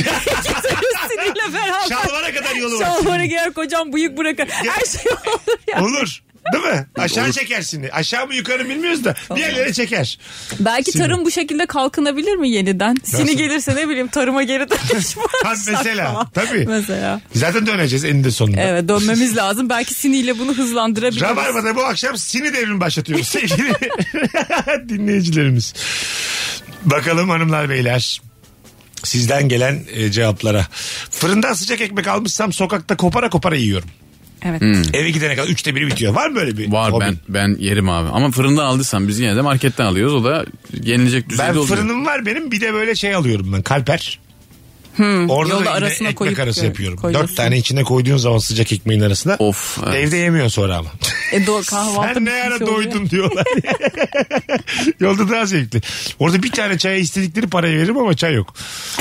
siniyle beraber. Şalvara kadar yolu var. Şalvara giyer kocam bıyık bırakır. Her şey olur ya. Olur. Değil mi? Aşağı çeker sini. Aşağı mı yukarı bilmiyoruz da bir yerlere çeker. Belki Sini. tarım bu şekilde kalkınabilir mi yeniden? Sini gelirse ne bileyim tarıma geri dönüş Ha, mesela. Tabii. Mesela. Zaten döneceğiz eninde sonunda. Evet dönmemiz lazım. Belki siniyle bunu hızlandırabiliriz. Rabarba'da bu akşam sini devrimi başlatıyoruz sevgili dinleyicilerimiz. Bakalım hanımlar beyler. Sizden gelen e, cevaplara. Fırından sıcak ekmek almışsam sokakta kopara kopara yiyorum. Evet. Eve gidene kadar üçte biri bitiyor. Var mı böyle bir Var hobin? ben ben yerim abi. Ama fırından aldıysan biz yine de marketten alıyoruz. O da yenilecek düzeyde Ben oluyor. fırınım var benim bir de böyle şey alıyorum ben kalper. Orada yolda da yine arasına ekmek koyup arası koy- yapıyorum. koyuyorsun. Dört tane içine koyduğun zaman sıcak ekmeğin arasında. Of. Evet. Evde yemiyorsun sonra ama. E do- kahvaltı Sen ne ara bitmiş oluyor. doydun diyorlar. Yolda daha zevkli. Orada bir tane çaya istedikleri parayı veririm ama çay yok.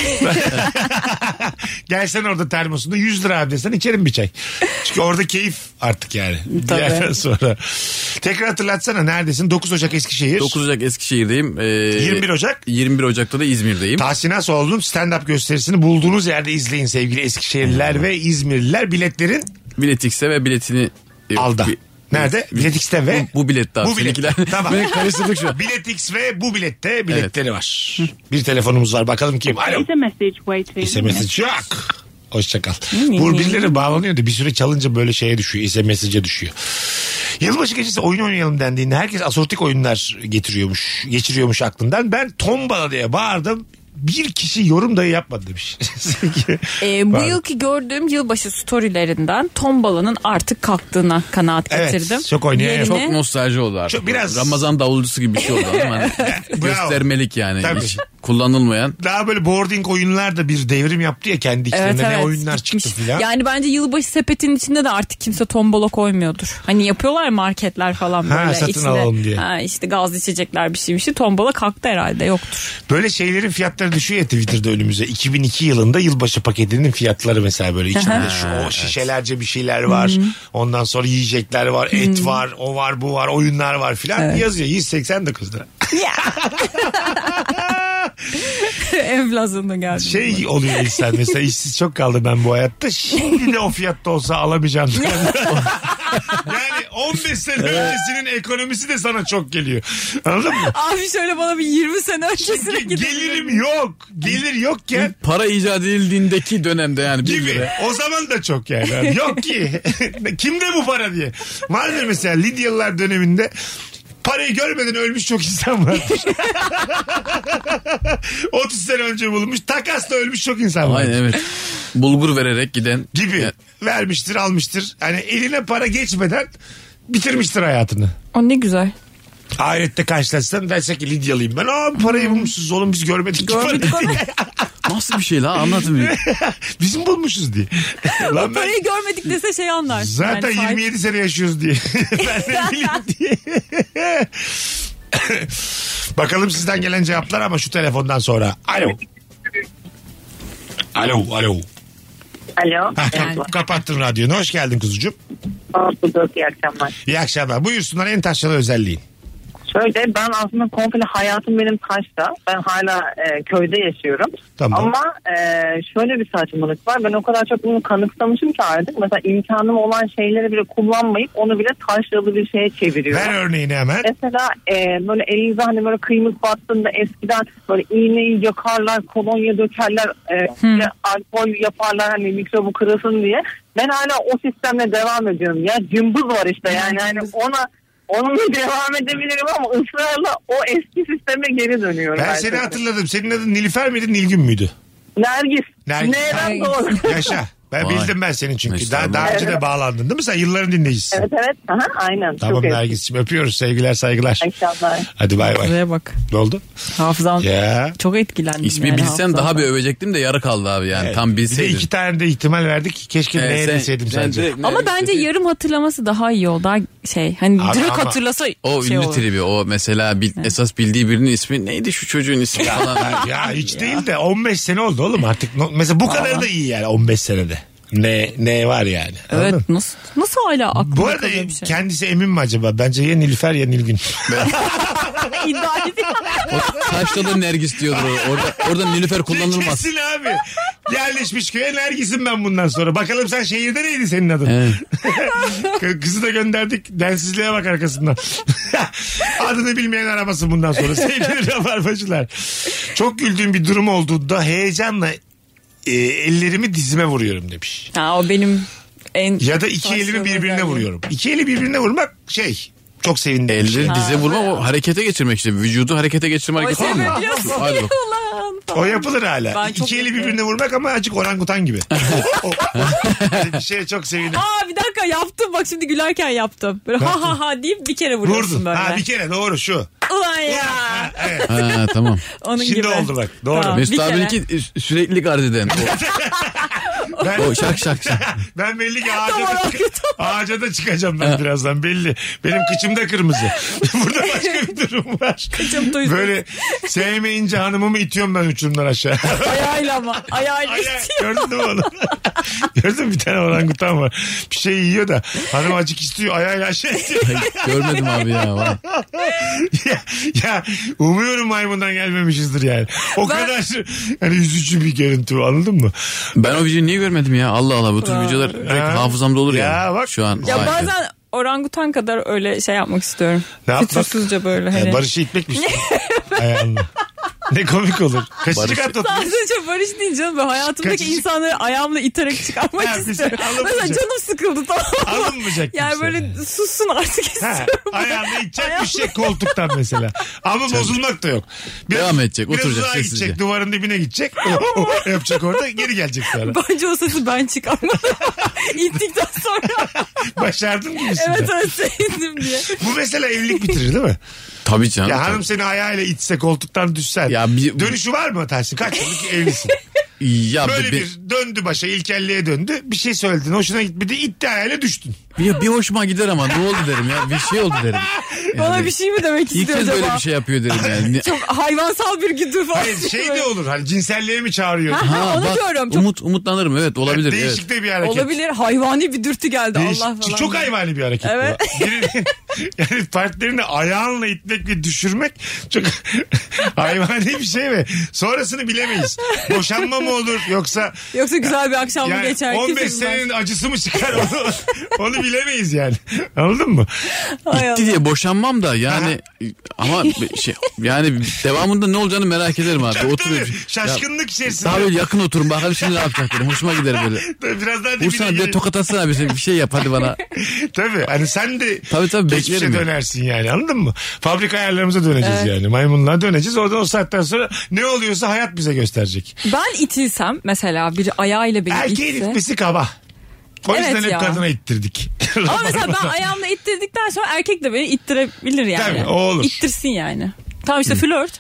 Gelsen orada termosunda yüz lira abi desen içerim bir çay. Çünkü orada keyif artık yani. Bir yerden sonra. Tekrar hatırlatsana neredesin? dokuz Ocak Eskişehir. dokuz Ocak Eskişehir'deyim. Ee, yirmi bir Ocak. yirmi bir Ocak'ta da İzmir'deyim. Tahsin Asoğlu'nun stand-up gösterisini bulduğunuz yerde izleyin sevgili Eskişehirliler ve İzmirliler. Biletlerin Biletix'e ve biletini... alda. Bi- Nerede? Biletix'te ve... Bu, bu bilette. Bu bilet. Tamam. Beni karıştırdık şu an. Biletix ve bu bilette biletleri evet. var. Bir telefonumuz var. Bakalım kim? Alo. It's a message waiting. İse mesaj yok. Hoşçakal. Bu birileri bağlanıyordu. Bir süre çalınca böyle şeye düşüyor. İse mesaja düşüyor. Yılbaşı gecesi oyun oynayalım dendiğinde herkes asortik oyunlar getiriyormuş, geçiriyormuş aklından. Ben tombala diye bağırdım. Bir kişi yorum dahi yapmadı demiş. e, bu yılki gördüğüm yılbaşı storylerinden tombalanın artık kalktığına kanaat getirdim. Evet, çok oynayan. Yerine... Çok nostalji oldu artık. Çok biraz... Ramazan davulcusu gibi bir şey oldu. Hani göstermelik yani. Hiç kullanılmayan. Daha böyle boarding oyunlar da bir devrim yaptı ya kendi içlerinde. Evet, evet, ne oyunlar gitmiş. Çıktı filan. Yani bence yılbaşı sepetinin içinde de artık kimse tombala koymuyordur. Hani yapıyorlar marketler falan böyle. Ha, satın içinde, alalım diye. Ha, işte gazlı içecekler bir şey bir şey. Tombala kalktı herhalde yoktur. Böyle şeylerin fiyatları düşüyor ya Twitter'da önümüze. iki bin iki yılında yılbaşı paketinin fiyatları mesela böyle içinde şu o şişelerce bir şeyler var. Hı-hı. Ondan sonra yiyecekler var, et Hı-hı. var, o var, bu var, oyunlar var filan. Evet. Yazıyor yüz seksen dokuz lira. Enflasyonda geldi. Şey oluyor insan mesela işsiz çok kaldı ben bu hayatta. Şimdi de o fiyatta olsa alamayacağım. Yani on beş sene öncesinin ekonomisi de sana çok geliyor. Anladın mı? Abi şöyle bana bir yirmi sene öncesine gidelim. Gelirim yok. Gelir yokken. Para icat edildiğindeki dönemde yani. Gibi. Lira. O zaman da çok yani. Yok ki. Kimde bu para diye. Vardır mesela Lidyalılar döneminde parayı görmeden ölmüş çok insan vardır. otuz sene önce bulunmuş. Takasla ölmüş çok insan vardır. Aynen evet. Bulgur vererek giden. Gibi. Yani. Vermiştir, almıştır. Hani eline para geçmeden bitirmiştir hayatını. O ne güzel. Ahirette karşılaşsan derse ki Lidyalıyım ben. Aa parayı bulmuşsunuz oğlum biz görmedik. Görmedik Nasıl bir şey lan anlatın. Bizim bulmuşuz diye. Lan o parayı ben, görmedik dese şey anlar. Zaten yani yirmi yedi sene yaşıyoruz diye. Ben ne bileyim diye. Bakalım sizden gelen cevaplar ama şu telefondan sonra. Alo. Alo, alo. Alo. Ha, kap- kapattın radyonu. Hoş geldin kuzucuğum. Hoş bulduk. İyi akşamlar. İyi akşamlar. Buyursunlar en taşralı özelliğin. Şöyle ben aslında komple hayatım benim taşta. Ben hala e, köyde yaşıyorum. Tamam. Ama e, şöyle bir saçmalık var. Ben o kadar çok bunu kanıksamışım ki artık. Mesela imkanım olan şeyleri bile kullanmayıp onu bile taşralı bir şeye çeviriyorum. Ver örneğini hemen. Mesela e, böyle elinize hani böyle kıymık battığında eskiden böyle iğneyi yakarlar, kolonya dökerler, e, hmm. alkol yaparlar hani mikrobu kırılsın diye. Ben hala o sistemle devam ediyorum. Ya cımbız var işte yani hani ona... Onunla devam edebilirim ama ısrarla o eski sisteme geri dönüyorum. Ben seni hatırladım. Senin adın Nilüfer miydi, Nilgün müydü? Nergis. Nergis. Neden doğru? Yaşa. Ben Vay. bildim ben senin çünkü. İşte daha daha önce evet. de bağlandın değil mi? Sen yılların dinleyicisin. Evet evet. Aha, aynen. Tamam Nergis'ciğim öpüyoruz. Sevgiler saygılar. İnşallah. Hadi bay bay. Buraya bak. Ne oldu? Hafızan ya. çok etkilendim. İsmi yani bilsen hafızan. daha bir övecektim de yarı kaldı abi yani. Evet. Tam bilseydin. Bir de iki tane de ihtimal verdik. Keşke evet, neye deseydim sence. De, ama ne, bence ne, yarım hatırlaması daha iyi oldu. Daha şey hani abi, direkt ama, hatırlasa o şey ünlü olur. tribi o mesela bil, evet. esas bildiği birinin ismi neydi şu çocuğun ismi falan. Ya hiç ya. değil de on beş sene oldu oğlum artık. Mesela bu kadar da iyi yani on beş senede. Ne ne var yani? Evet nasıl nasıl hala aklında bu arada bir şey? Kendisi emin mi acaba? Bence ya Nilüfer ya Nilgün. İddia ediyor. Taşta da Nergis diyordur. Orada, orada Nilüfer kullanılmaz. Kesin abi. Yerleşmiş köye Nergis'im ben bundan sonra. Bakalım sen şehirde neydi senin adın? Evet. Kızı da gönderdik. Densizliğe bak arkasından. Adını bilmeyen aramasın bundan sonra. Sevgili rabarbacılar. Çok güldüğüm bir durum olduğunda heyecanla e, ellerimi dizime vuruyorum demiş. Ha o benim en... Ya da iki elimi birbirine yani. vuruyorum. İki eli birbirine vurmak şey... Çok sevindim. Elleri dize vurma o harekete geçirmek işte. Vücudu harekete geçirme hareketi değil mi? Hadi bak. O yapılır hala. Ben İki eli birbirine vurmak ama azıcık orangutan gibi. o, bir şeye çok sevindim. Aa bir dakika yaptım bak şimdi gülerken yaptım. Böyle ha ha ha deyip bir kere vuruyorsun Vurdun. böyle. Ha bir kere doğru şu. Ulan ya. Ha, evet. ha, tamam. Onun Şimdi gibi. oldu bak doğru. Tamam, Mesut abininki sürekli arz eden. Ben, O şak şak şak. ben belli ki ağaca Tam da, orangutan. ağaca da çıkacağım ben birazdan belli. Benim kıçım da kırmızı. Burada başka bir durum var. Kıçım duydu. Böyle sevmeyince hanımımı itiyorum ben uçurumdan aşağı. Ayağıyla ama. Ayağıyla Ay, istiyor. gördün mü onu? Gördün mü bir tane orangutan var. Bir şey yiyor da hanım acık istiyor ayağıyla aşağı itiyor. Görmedim abi ya. Vay. ya, ya umuyorum maymundan gelmemişizdir yani. O Ben- kadar hani üzücü bir görüntü anladın mı? Ben o videoyu niye görmedim ya? Allah Allah, bu tür videolar direkt Ha. hafızamda olur ya. Ya bak. Şu an. Ya Vay be. bazen orangutan kadar öyle şey yapmak istiyorum. Ne yapmak? Fütursuzca böyle hani. Yani Barış'ı itmek mi istiyorsun? Ayağınla. Ne komik olur. Kaçıncı Barış- kat oturuyorsun? Sadece Barış değil canım. Ben hayatımdaki Kaçıncı- insanları ayağımla iterek çıkarmak Ha, bize istiyorum. alınmayacak. Mesela canım sıkıldı tamam mı? Alınmayacak Yani kimse. böyle sussun artık Ha, istiyorum. ayağında itecek Ayağımla- bir şey koltuktan mesela. Ama bozulmak da yok. Devam edecek, biraz oturacak uzağa sessizce. gidecek, duvarın dibine gidecek. Yapacak orada, geri gelecek sonra. Bence o sesi ben çıkarmadım. İttikten sonra. Başardın mı üstünde? Evet evet sevindim diye. Bu mesela evlilik bitirir değil mi? Tabii canım. Ya tabii. hanım seni ayağıyla itse koltuktan düşsen. Ya bir- Dönüşü var mı Tahsin? Kaç yıllık evlisin? Ya Böyle bir, bir döndü başa, ilkelliğe döndü. Bir şey söyledin, hoşuna gitmedi, itti ayağıyla düştün. bir, bir hoşuma gider ama ne oldu derim ya. Bir şey oldu derim. Bana bir şey mi demek İlk istiyor kez acaba? böyle bir şey yapıyor derim yani. Ne- Çok hayvansal bir güdü falan. Hayır şey de olur, hani cinselliğe mi çağırıyor? Ha, ha, onu diyorum. Çok Umut, umutlanırım evet olabilir. Değişik Evet. de bir hareket. olabilir. Hayvani bir dürtü geldi Değişik- Allah falan. Çok hayvani bir hareket Evet. bu. Birini, yani partnerini ayağınla itmek ve düşürmek çok hayvani bir şey ve sonrasını bilemeyiz. Boşanma mı olur yoksa Yoksa güzel bir akşam mı yani geçer? on Kimse beş bilmez. senenin acısı mı çıkar onu, onu bilemeyiz yani. Anladın mı? Hay Allah. Gitti diye boşanmam da yani ama şey yani devamında ne olacağını merak ederim abi. Tabii, Oturuyor. tabii. Şaşkınlık içerisinde. Daha böyle yakın oturun bakalım şimdi ne yapacak derim. Hoşuma gider böyle. Biraz daha dibine Vursana bir de girelim. tokat atsana bir şey, bir şey yap hadi bana. Tabii hani sen de Tabii, tabii, geçmişe beklerim ya. dönersin yani anladın mı? Fabrika ayarlarımıza döneceğiz yani. Maymunluğa döneceğiz. Oradan o saatten sonra ne oluyorsa hayat bize gösterecek. Ben itilsem mesela bir ayağıyla beni Erkeğin itse. itmesi kaba. O Evet yüzden hep ya. kadına ittirdik. Ama mesela ben ayağımla ittirdikten sonra erkek de beni ittirebilir yani. Tabii, o olur. İttirsin yani. Tamam işte flört.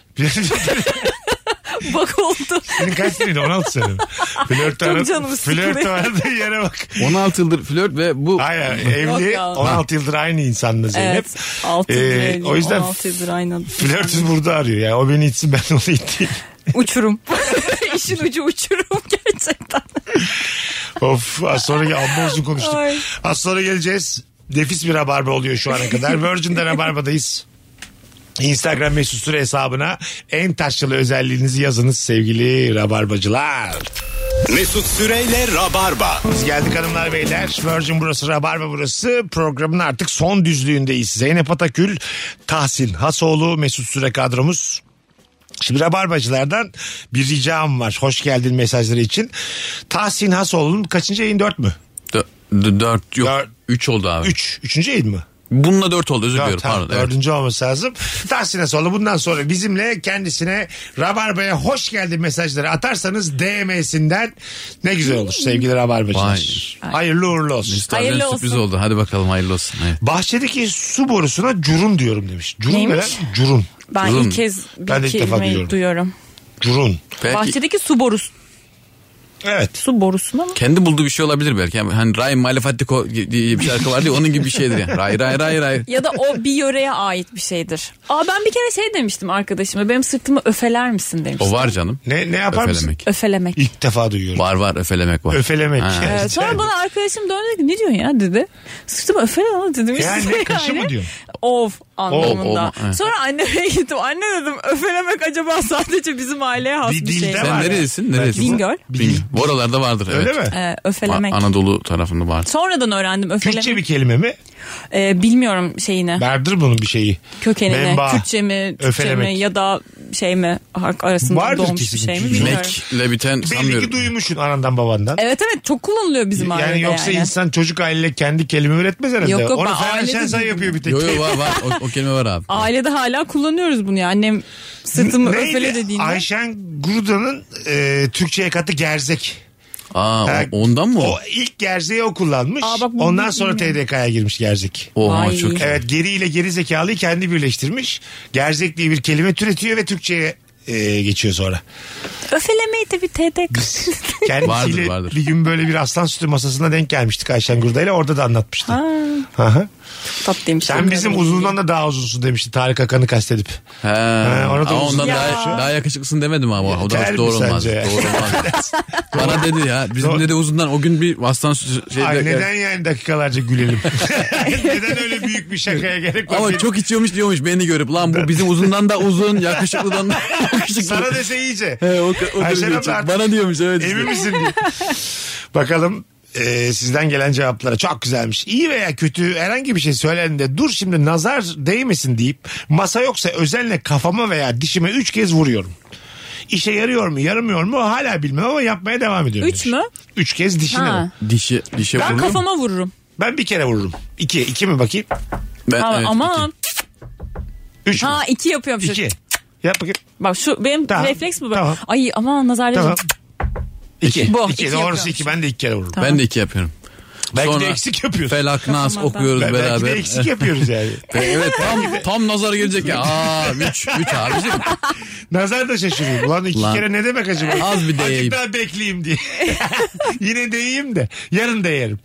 Bak oldu. Senin kaç seneydi? on altı sene mi? Flört, Çok aradı, canım sıkılıyor. flört aradığı yere bak. on altı yıldır flört ve bu Hayır Yok evli ya. on altı yıldır aynı insanla Zeynep. Evet. altı yıldır Ee, evliyim, o yüzden on altı yıldır aynı. flörtü burada arıyor. Yani o beni itsin ben onu iteyim. Uçurum. İşin ucu uçurum gerçekten. Of az sonra amma uzun konuştuk. Ay. Az sonra geleceğiz. Nefis bir rabarba oluyor şu ana kadar. Virgin'de rabarbadayız. Instagram mesut süre hesabına en taşralı özelliğinizi yazınız sevgili rabarbacılar. Mesut Süreyle Rabarba. Biz geldik hanımlar beyler. Virgin burası, Rabarba burası. Programın artık son düzlüğündeyiz. Zeynep Atakül, Tahsin Hasoğlu, Mesut Süre kadromuz. Şimdi Rabarbacılardan bir ricam var. Hoş geldin mesajları için. Tahsin Hasoğlu'nun kaçıncı yayın, dört mü? Dö- dö- dört yok. Dört. Üç oldu abi. Üç. Üçüncü yayın mı? Bununla dört oldu özür Dört, diliyorum tamam, pardon. Evet. dördüncü olması lazım. Tahsin Hasoğlu bundan sonra bizimle kendisine Rabarba'ya hoş geldin mesajları atarsanız D M'sinden ne güzel olur sevgili Rabarbacılar. Hayırlı uğurlu olsun. Mesut Hayırlı abiden sürpriz olsun. oldu. Hadi bakalım hayırlı olsun. Evet. Bahçedeki su borusuna curun diyorum demiş. Curun ne Neymiş? lan? Curun. Ben Kızım, ilk kez bir ben de ilk defa kelimeyi duyuyorum. duyuyorum. Curun. Belki Bahçedeki su borusu. Evet. Su borusuna mı? kendi bulduğu bir şey olabilir belki. Yani hani Ray Malefatiko diye bir şarkı vardı ya onun gibi bir şeydir yani. Ray ray ray ray. Ya da o bir yöreye ait bir şeydir. Aa ben bir kere şey demiştim arkadaşıma. Benim sırtımı öfeler misin demiştim. O var canım. Ne ne yapar mısın? Öfelemek. Öfelemek. İlk defa duyuyorum. Var var öfelemek var. Öfelemek. Ha. Yani. Evet, sonra bana arkadaşım döndü dedi ki ne diyorsun ya dedi. Sırtımı öfele lan dedim. Yani işte ne, kaşı mı diyorsun? Of anlamında. Of, of, evet. Sonra anneme gittim. Anne dedim öfelemek acaba sadece bizim aileye has Bir bir, dilde şey. var. Sen neredesin? Neredesin? Bingöl. Bingöl. Bu oralarda vardır evet. Öyle mi? Ee, öfelemek. A- Anadolu tarafında vardır. Sonradan öğrendim öfelemek. Türkçe bir kelime mi? Ee, bilmiyorum şeyini. Vardır bunun bir şeyi. Kökenini. Menba. Kürtçe mi, Türkçe Öfelemek. mi ya da şey mi halk arasında Vardır doğmuş bir kesin şey mi Türkçe. bilmiyorum. Mek'le biten Belli sanmıyorum. ki duymuşsun anandan babandan. Evet evet çok kullanılıyor bizim ailede Yani yoksa yani. insan çocuk aileyle kendi kelime üretmez herhalde. Yok, yok, Onu ben Ferhan ailede Şensoy duydum. yapıyor bir tek. Yo yo var var o, o kelime var abi. Ailede hala kullanıyoruz bunu ya. Annem sırtımı Neydi? öfele dediğinde. Ayşen Gruda'nın e, Türkçe'ye katı gerzek. Aa Ha, o- ondan mı o? O ilk gerzeği o kullanmış. Aa, bak bunu Ondan sonra bilmiyorum. T D K'ya girmiş gerzek. Oha Vay. çok iyi. Evet geri ile geri zekalıyı kendi birleştirmiş. Gerzek diye bir kelime türetiyor ve Türkçe'ye e, geçiyor sonra. Öfelemeyi de bir T D K. Kendisiyle Vardır, vardır. bir gün böyle bir aslan sütü masasına denk gelmiştik Ayşen Gurda'yla. Orada da anlatmıştı. Ha. Aha. Tatlıymış. Sen bizim uzunluğundan da daha uzunsun demişti Tarık Akan'ı kastedip. He. Ha, ona da Ama uzun- ondan Ya. daha, daha yakışıklısın demedim ama. O da Yeter mi doğru olmaz. sence? Doğru olmaz. Bana dedi ya. Bizim Doğru. dedi uzundan o gün bir aslan şeyde. Ay neden yani dakikalarca gülelim? Neden öyle büyük bir şakaya gerek var? Ama Benim- çok içiyormuş diyormuş beni görüp. Lan bu bizim uzundan da uzun, yakışıklıdan da yakışıklı. Sana dese iyice. He, o, o Ayşen derece abla çok. artık- Bana diyormuş evet. Emin misin diye. Bakalım e, sizden gelen cevaplara çok güzelmiş. İyi veya kötü herhangi bir şey söylendiğinde dur şimdi nazar değmesin deyip masa yoksa özenle kafama veya dişime üç kez vuruyorum. İşe yarıyor mu yaramıyor mu hala bilmem ama yapmaya devam ediyorum. Üç demiş. mü? Üç kez dişine Ha. mi? Dişi, dişe Ben vurulur. kafama vururum. Ben bir kere vururum. İki. İki mi bakayım? Ben, Ha, evet, aman. Üç mü? Ha iki yapıyorum. İki. Yap bakayım. Bak şu benim Tamam. refleks bu. Tamam. Ay aman nazar Tamam. değmesin. İki. Bu, İki. iki Doğrusu yapıyorum. iki. Ben de iki kere vururum. Ben de iki yapıyorum. Belki Sonra de eksik yapıyoruz. Felak Nas Kafama okuyoruz Ben- beraber. Belki de eksik yapıyoruz yani. Evet tam tam nazar gelecek ya. Aa üç, üç abicim. Nazar da şaşırıyor. Ulan iki Lan. kere ne demek acaba? Az bir Azıcık değeyim. daha bekleyeyim diye. Yine değeyim de yarın değerim.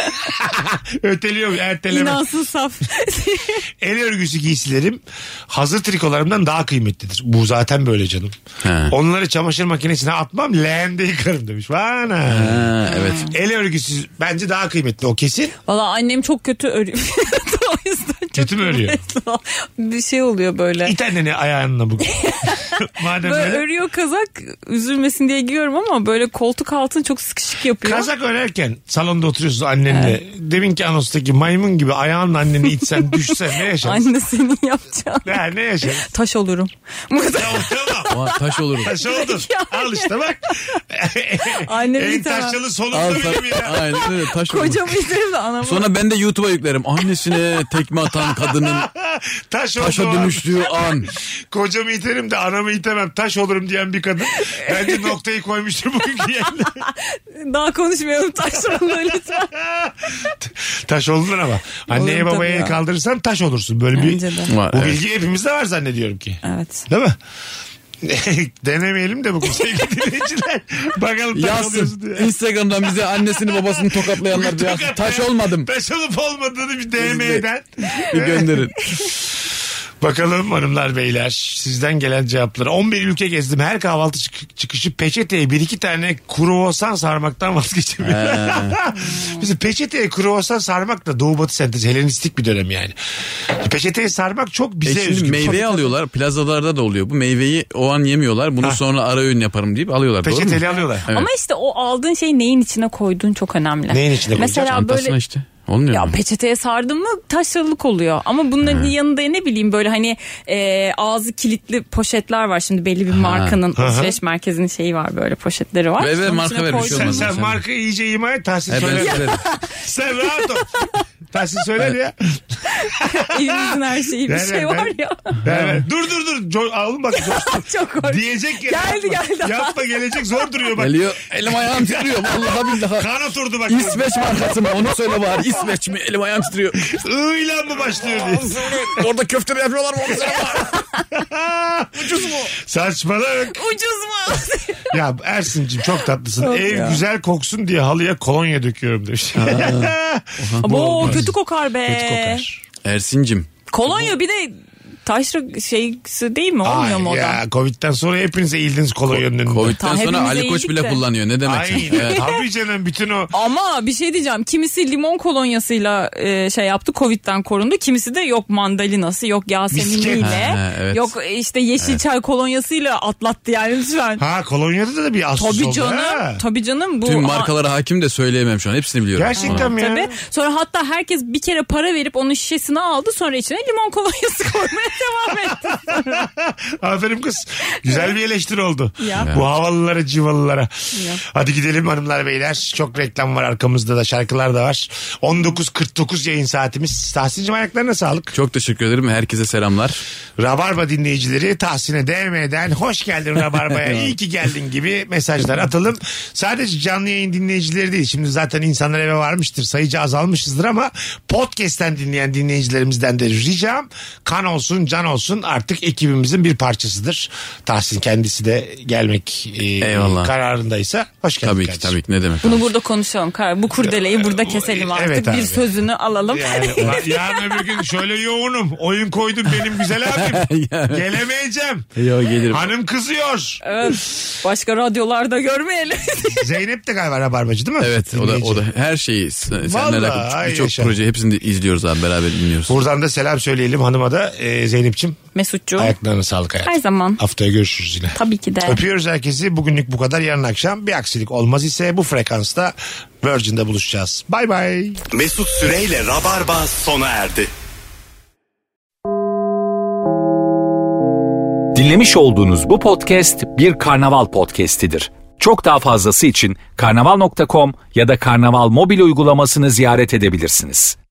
Öteliyor erteleme. İnansız saf. El örgüsü giysilerim hazır trikolarımdan daha kıymetlidir. Bu zaten böyle canım. He. Onları çamaşır makinesine atmam leğende yıkarım demiş. Bana. Ha, evet. El örgüsü bence daha kıymetli o kesin. Valla annem çok kötü örüyor. O yüzden çok Kötü mü örüyor? Bir şey oluyor böyle. İt anneni ayağınla bugün. Madem Böyle öyle. örüyor kazak üzülmesin diye giyiyorum ama böyle koltuk altını çok sıkışık yapıyor. Kazak örerken salonda oturuyorsunuz annenle. Deminki anonstaki maymun gibi ayağınla anneni itsen düşsen ne yaşarsın? Anne senin yapacağın. Ya, ne yaşarsın? Taş olurum. Burada Ya, tamam. Ama taş olurum. Taş oldun. Al işte bak. Annem en bir tane- taşçılı Al solunda benim ya. ta- Aynen öyle taş olurum. Kocamı izlerim de anamı. Sonra ben de YouTube'a yüklerim. Annesine tekme atan kadının Taş taşa oldu. dönüştüğü an. Kocamı iterim de anamı itemem. Taş olurum diyen bir kadın. Bence noktayı koymuştur bugünkü yayında. Daha konuşmayalım taş oluyor lütfen. Taş oldun ama. Anneye Olurum babaya tabii el ya. kaldırırsan taş olursun. Böyle bir Bence de. Var, bu evet. bilgi hepimizde var zannediyorum ki. Evet. Değil mi? Denemeyelim de bugün sevgili dinleyiciler. Bakalım taş oluyorsun Yazsın. diye. Instagram'dan bize annesini babasını tokatlayanlar diye yazsın. Taş olmadım. Taş olup olmadığını bir D M'den. Bir gönderin. Bakalım hanımlar beyler sizden gelen cevapları. on bir ülke gezdim. Her kahvaltı çık- çıkışı peçeteye bir iki tane kruvasan sarmaktan vazgeçemiyorum. Mesela peçeteye kruvasan sarmak da Doğu Batı sentezi Helenistik bir dönem yani. Peçeteye sarmak çok E bize şimdi özgü. meyveyi alıyorlar. Plazalarda da oluyor. Bu meyveyi o an yemiyorlar. Bunu Ha. sonra ara öğün yaparım deyip alıyorlar. Doğru mu? Peçeteli alıyorlar. Evet. Ama işte o aldığın şeyi neyin içine koyduğun çok önemli. Neyin içine koyacaksın? Mesela Çantasına böyle işte. Olmuyor ya mu? peçeteye sardın mı taşralık oluyor. Ama bunların yanında ne bileyim böyle hani e, ağzı kilitli poşetler var. Şimdi belli bir markanın Ha. alışveriş merkezinin şeyi var böyle poşetleri var. Ve- ve Onun marka içine ver, bir şey koyduğun- Sen, olmaz. sen Sen- markayı iyice ima et. Tahsin He, ben söyler. söylerim. Sen rahat ol. Tahsin söyler ya. Elimizin her şeyi bir Ver, şey ver, var ver. ya. Ver, ver. Dur dur dur. Co- Alın bak. coştun. Çok korkunç. Diyecek ya. Geldi, yapma. geldi. Yapma gelecek zor duruyor bak. Geliyor. Elim ayağım titriyor. Vallahi billahi. Kan oturdu bak. İsveç markası mı? Onu söyle bari. İsveç mi? Elim ayağım titriyor. Iğıyla mı başlıyor diye. Orada köfte yapıyorlar mı? Onu söyle bari. Ucuz mu? Saçmalık. Ucuz mu? Ya Ersin'cim çok tatlısın. Çok Ev ya. güzel koksun diye halıya kolonya döküyorum demiş. Abo olmaz. kötü kokar be. Kötü kokar. Ersin'cim. Kolonya bir de taşra şeysi değil mi? Olmuyor Ay mu o da? ya Covid'den sonra hepiniz eğildiniz kolonyanın önünde. Covid'den Tamam, sonra hepimize Ali Koç iyilik bile de. kullanıyor. Ne demek? Ay Evet. tabii canım bütün o Ama bir şey diyeceğim. Kimisi limon kolonyasıyla e, şey yaptı, Covid'den korundu. Kimisi de yok mandalinası, yok yaseminiyle, Ha, evet. yok işte yeşil çay kolonyasıyla atlattı yani lütfen. ha kolonyada da bir asus Tabii oldu. canım. ha. Tabii canım bu. Tüm a- markalara hakim de söyleyemem şu an. Hepsini biliyorum. Gerçekten mi ya? Tabii. Sonra hatta herkes bir kere para verip onun şişesini aldı. Sonra içine limon kolonyası koymaya devam etti. Aferin kız. Güzel bir eleştiri oldu. Ya. Bu havalılara civalılara. Hadi gidelim hanımlar beyler. Çok reklam var arkamızda da şarkılar da var. on dokuz kırk dokuz yayın saatimiz. Tahsin'cim ayaklarına sağlık. Çok teşekkür ederim. Herkese selamlar. Rabarba dinleyicileri Tahsin'e D M'den hoş geldin Rabarba'ya iyi ki geldin gibi mesajlar atalım. Sadece canlı yayın dinleyicileri değil. Şimdi zaten insanlar eve varmıştır. Sayıca azalmışızdır ama podcast'ten dinleyen dinleyicilerimizden de ricam kan olsun can olsun artık ekibimizin bir parçasıdır. Tahsin kendisi de gelmek e, kararındaysa hoş geldin Tabii ki kardeşim. tabii ki ne demek. Bunu burada konuşalım. Bu kurdeleyi burada keselim artık. Evet bir abi. sözünü alalım. Yani, yarın öbür gün şöyle yoğunum. Oyun koydum benim güzel abim. Gelemeyeceğim. Yo, gelirim. Hanım kızıyor. Evet. Başka radyolarda görmeyelim. Zeynep de galiba rabarbacı değil mi? Evet o da, o da her şeyi seninle alakalı birçok proje hepsini de izliyoruz abi, beraber dinliyoruz. Buradan da selam söyleyelim hanıma da e, Zeynep'ciğim. Mesut'cuğum. Ayaklarına sağlık hayatım. Her zaman. Haftaya görüşürüz yine. Tabii ki de. Öpüyoruz herkesi. Bugünlük bu kadar. Yarın akşam bir aksilik olmaz ise bu frekansta Virgin'de buluşacağız. Bay bay. Mesut Süreyle Rabarba sona erdi. Dinlemiş olduğunuz bu podcast bir karnaval podcastidir. Çok daha fazlası için karnaval nokta com ya da karnaval mobil uygulamasını ziyaret edebilirsiniz.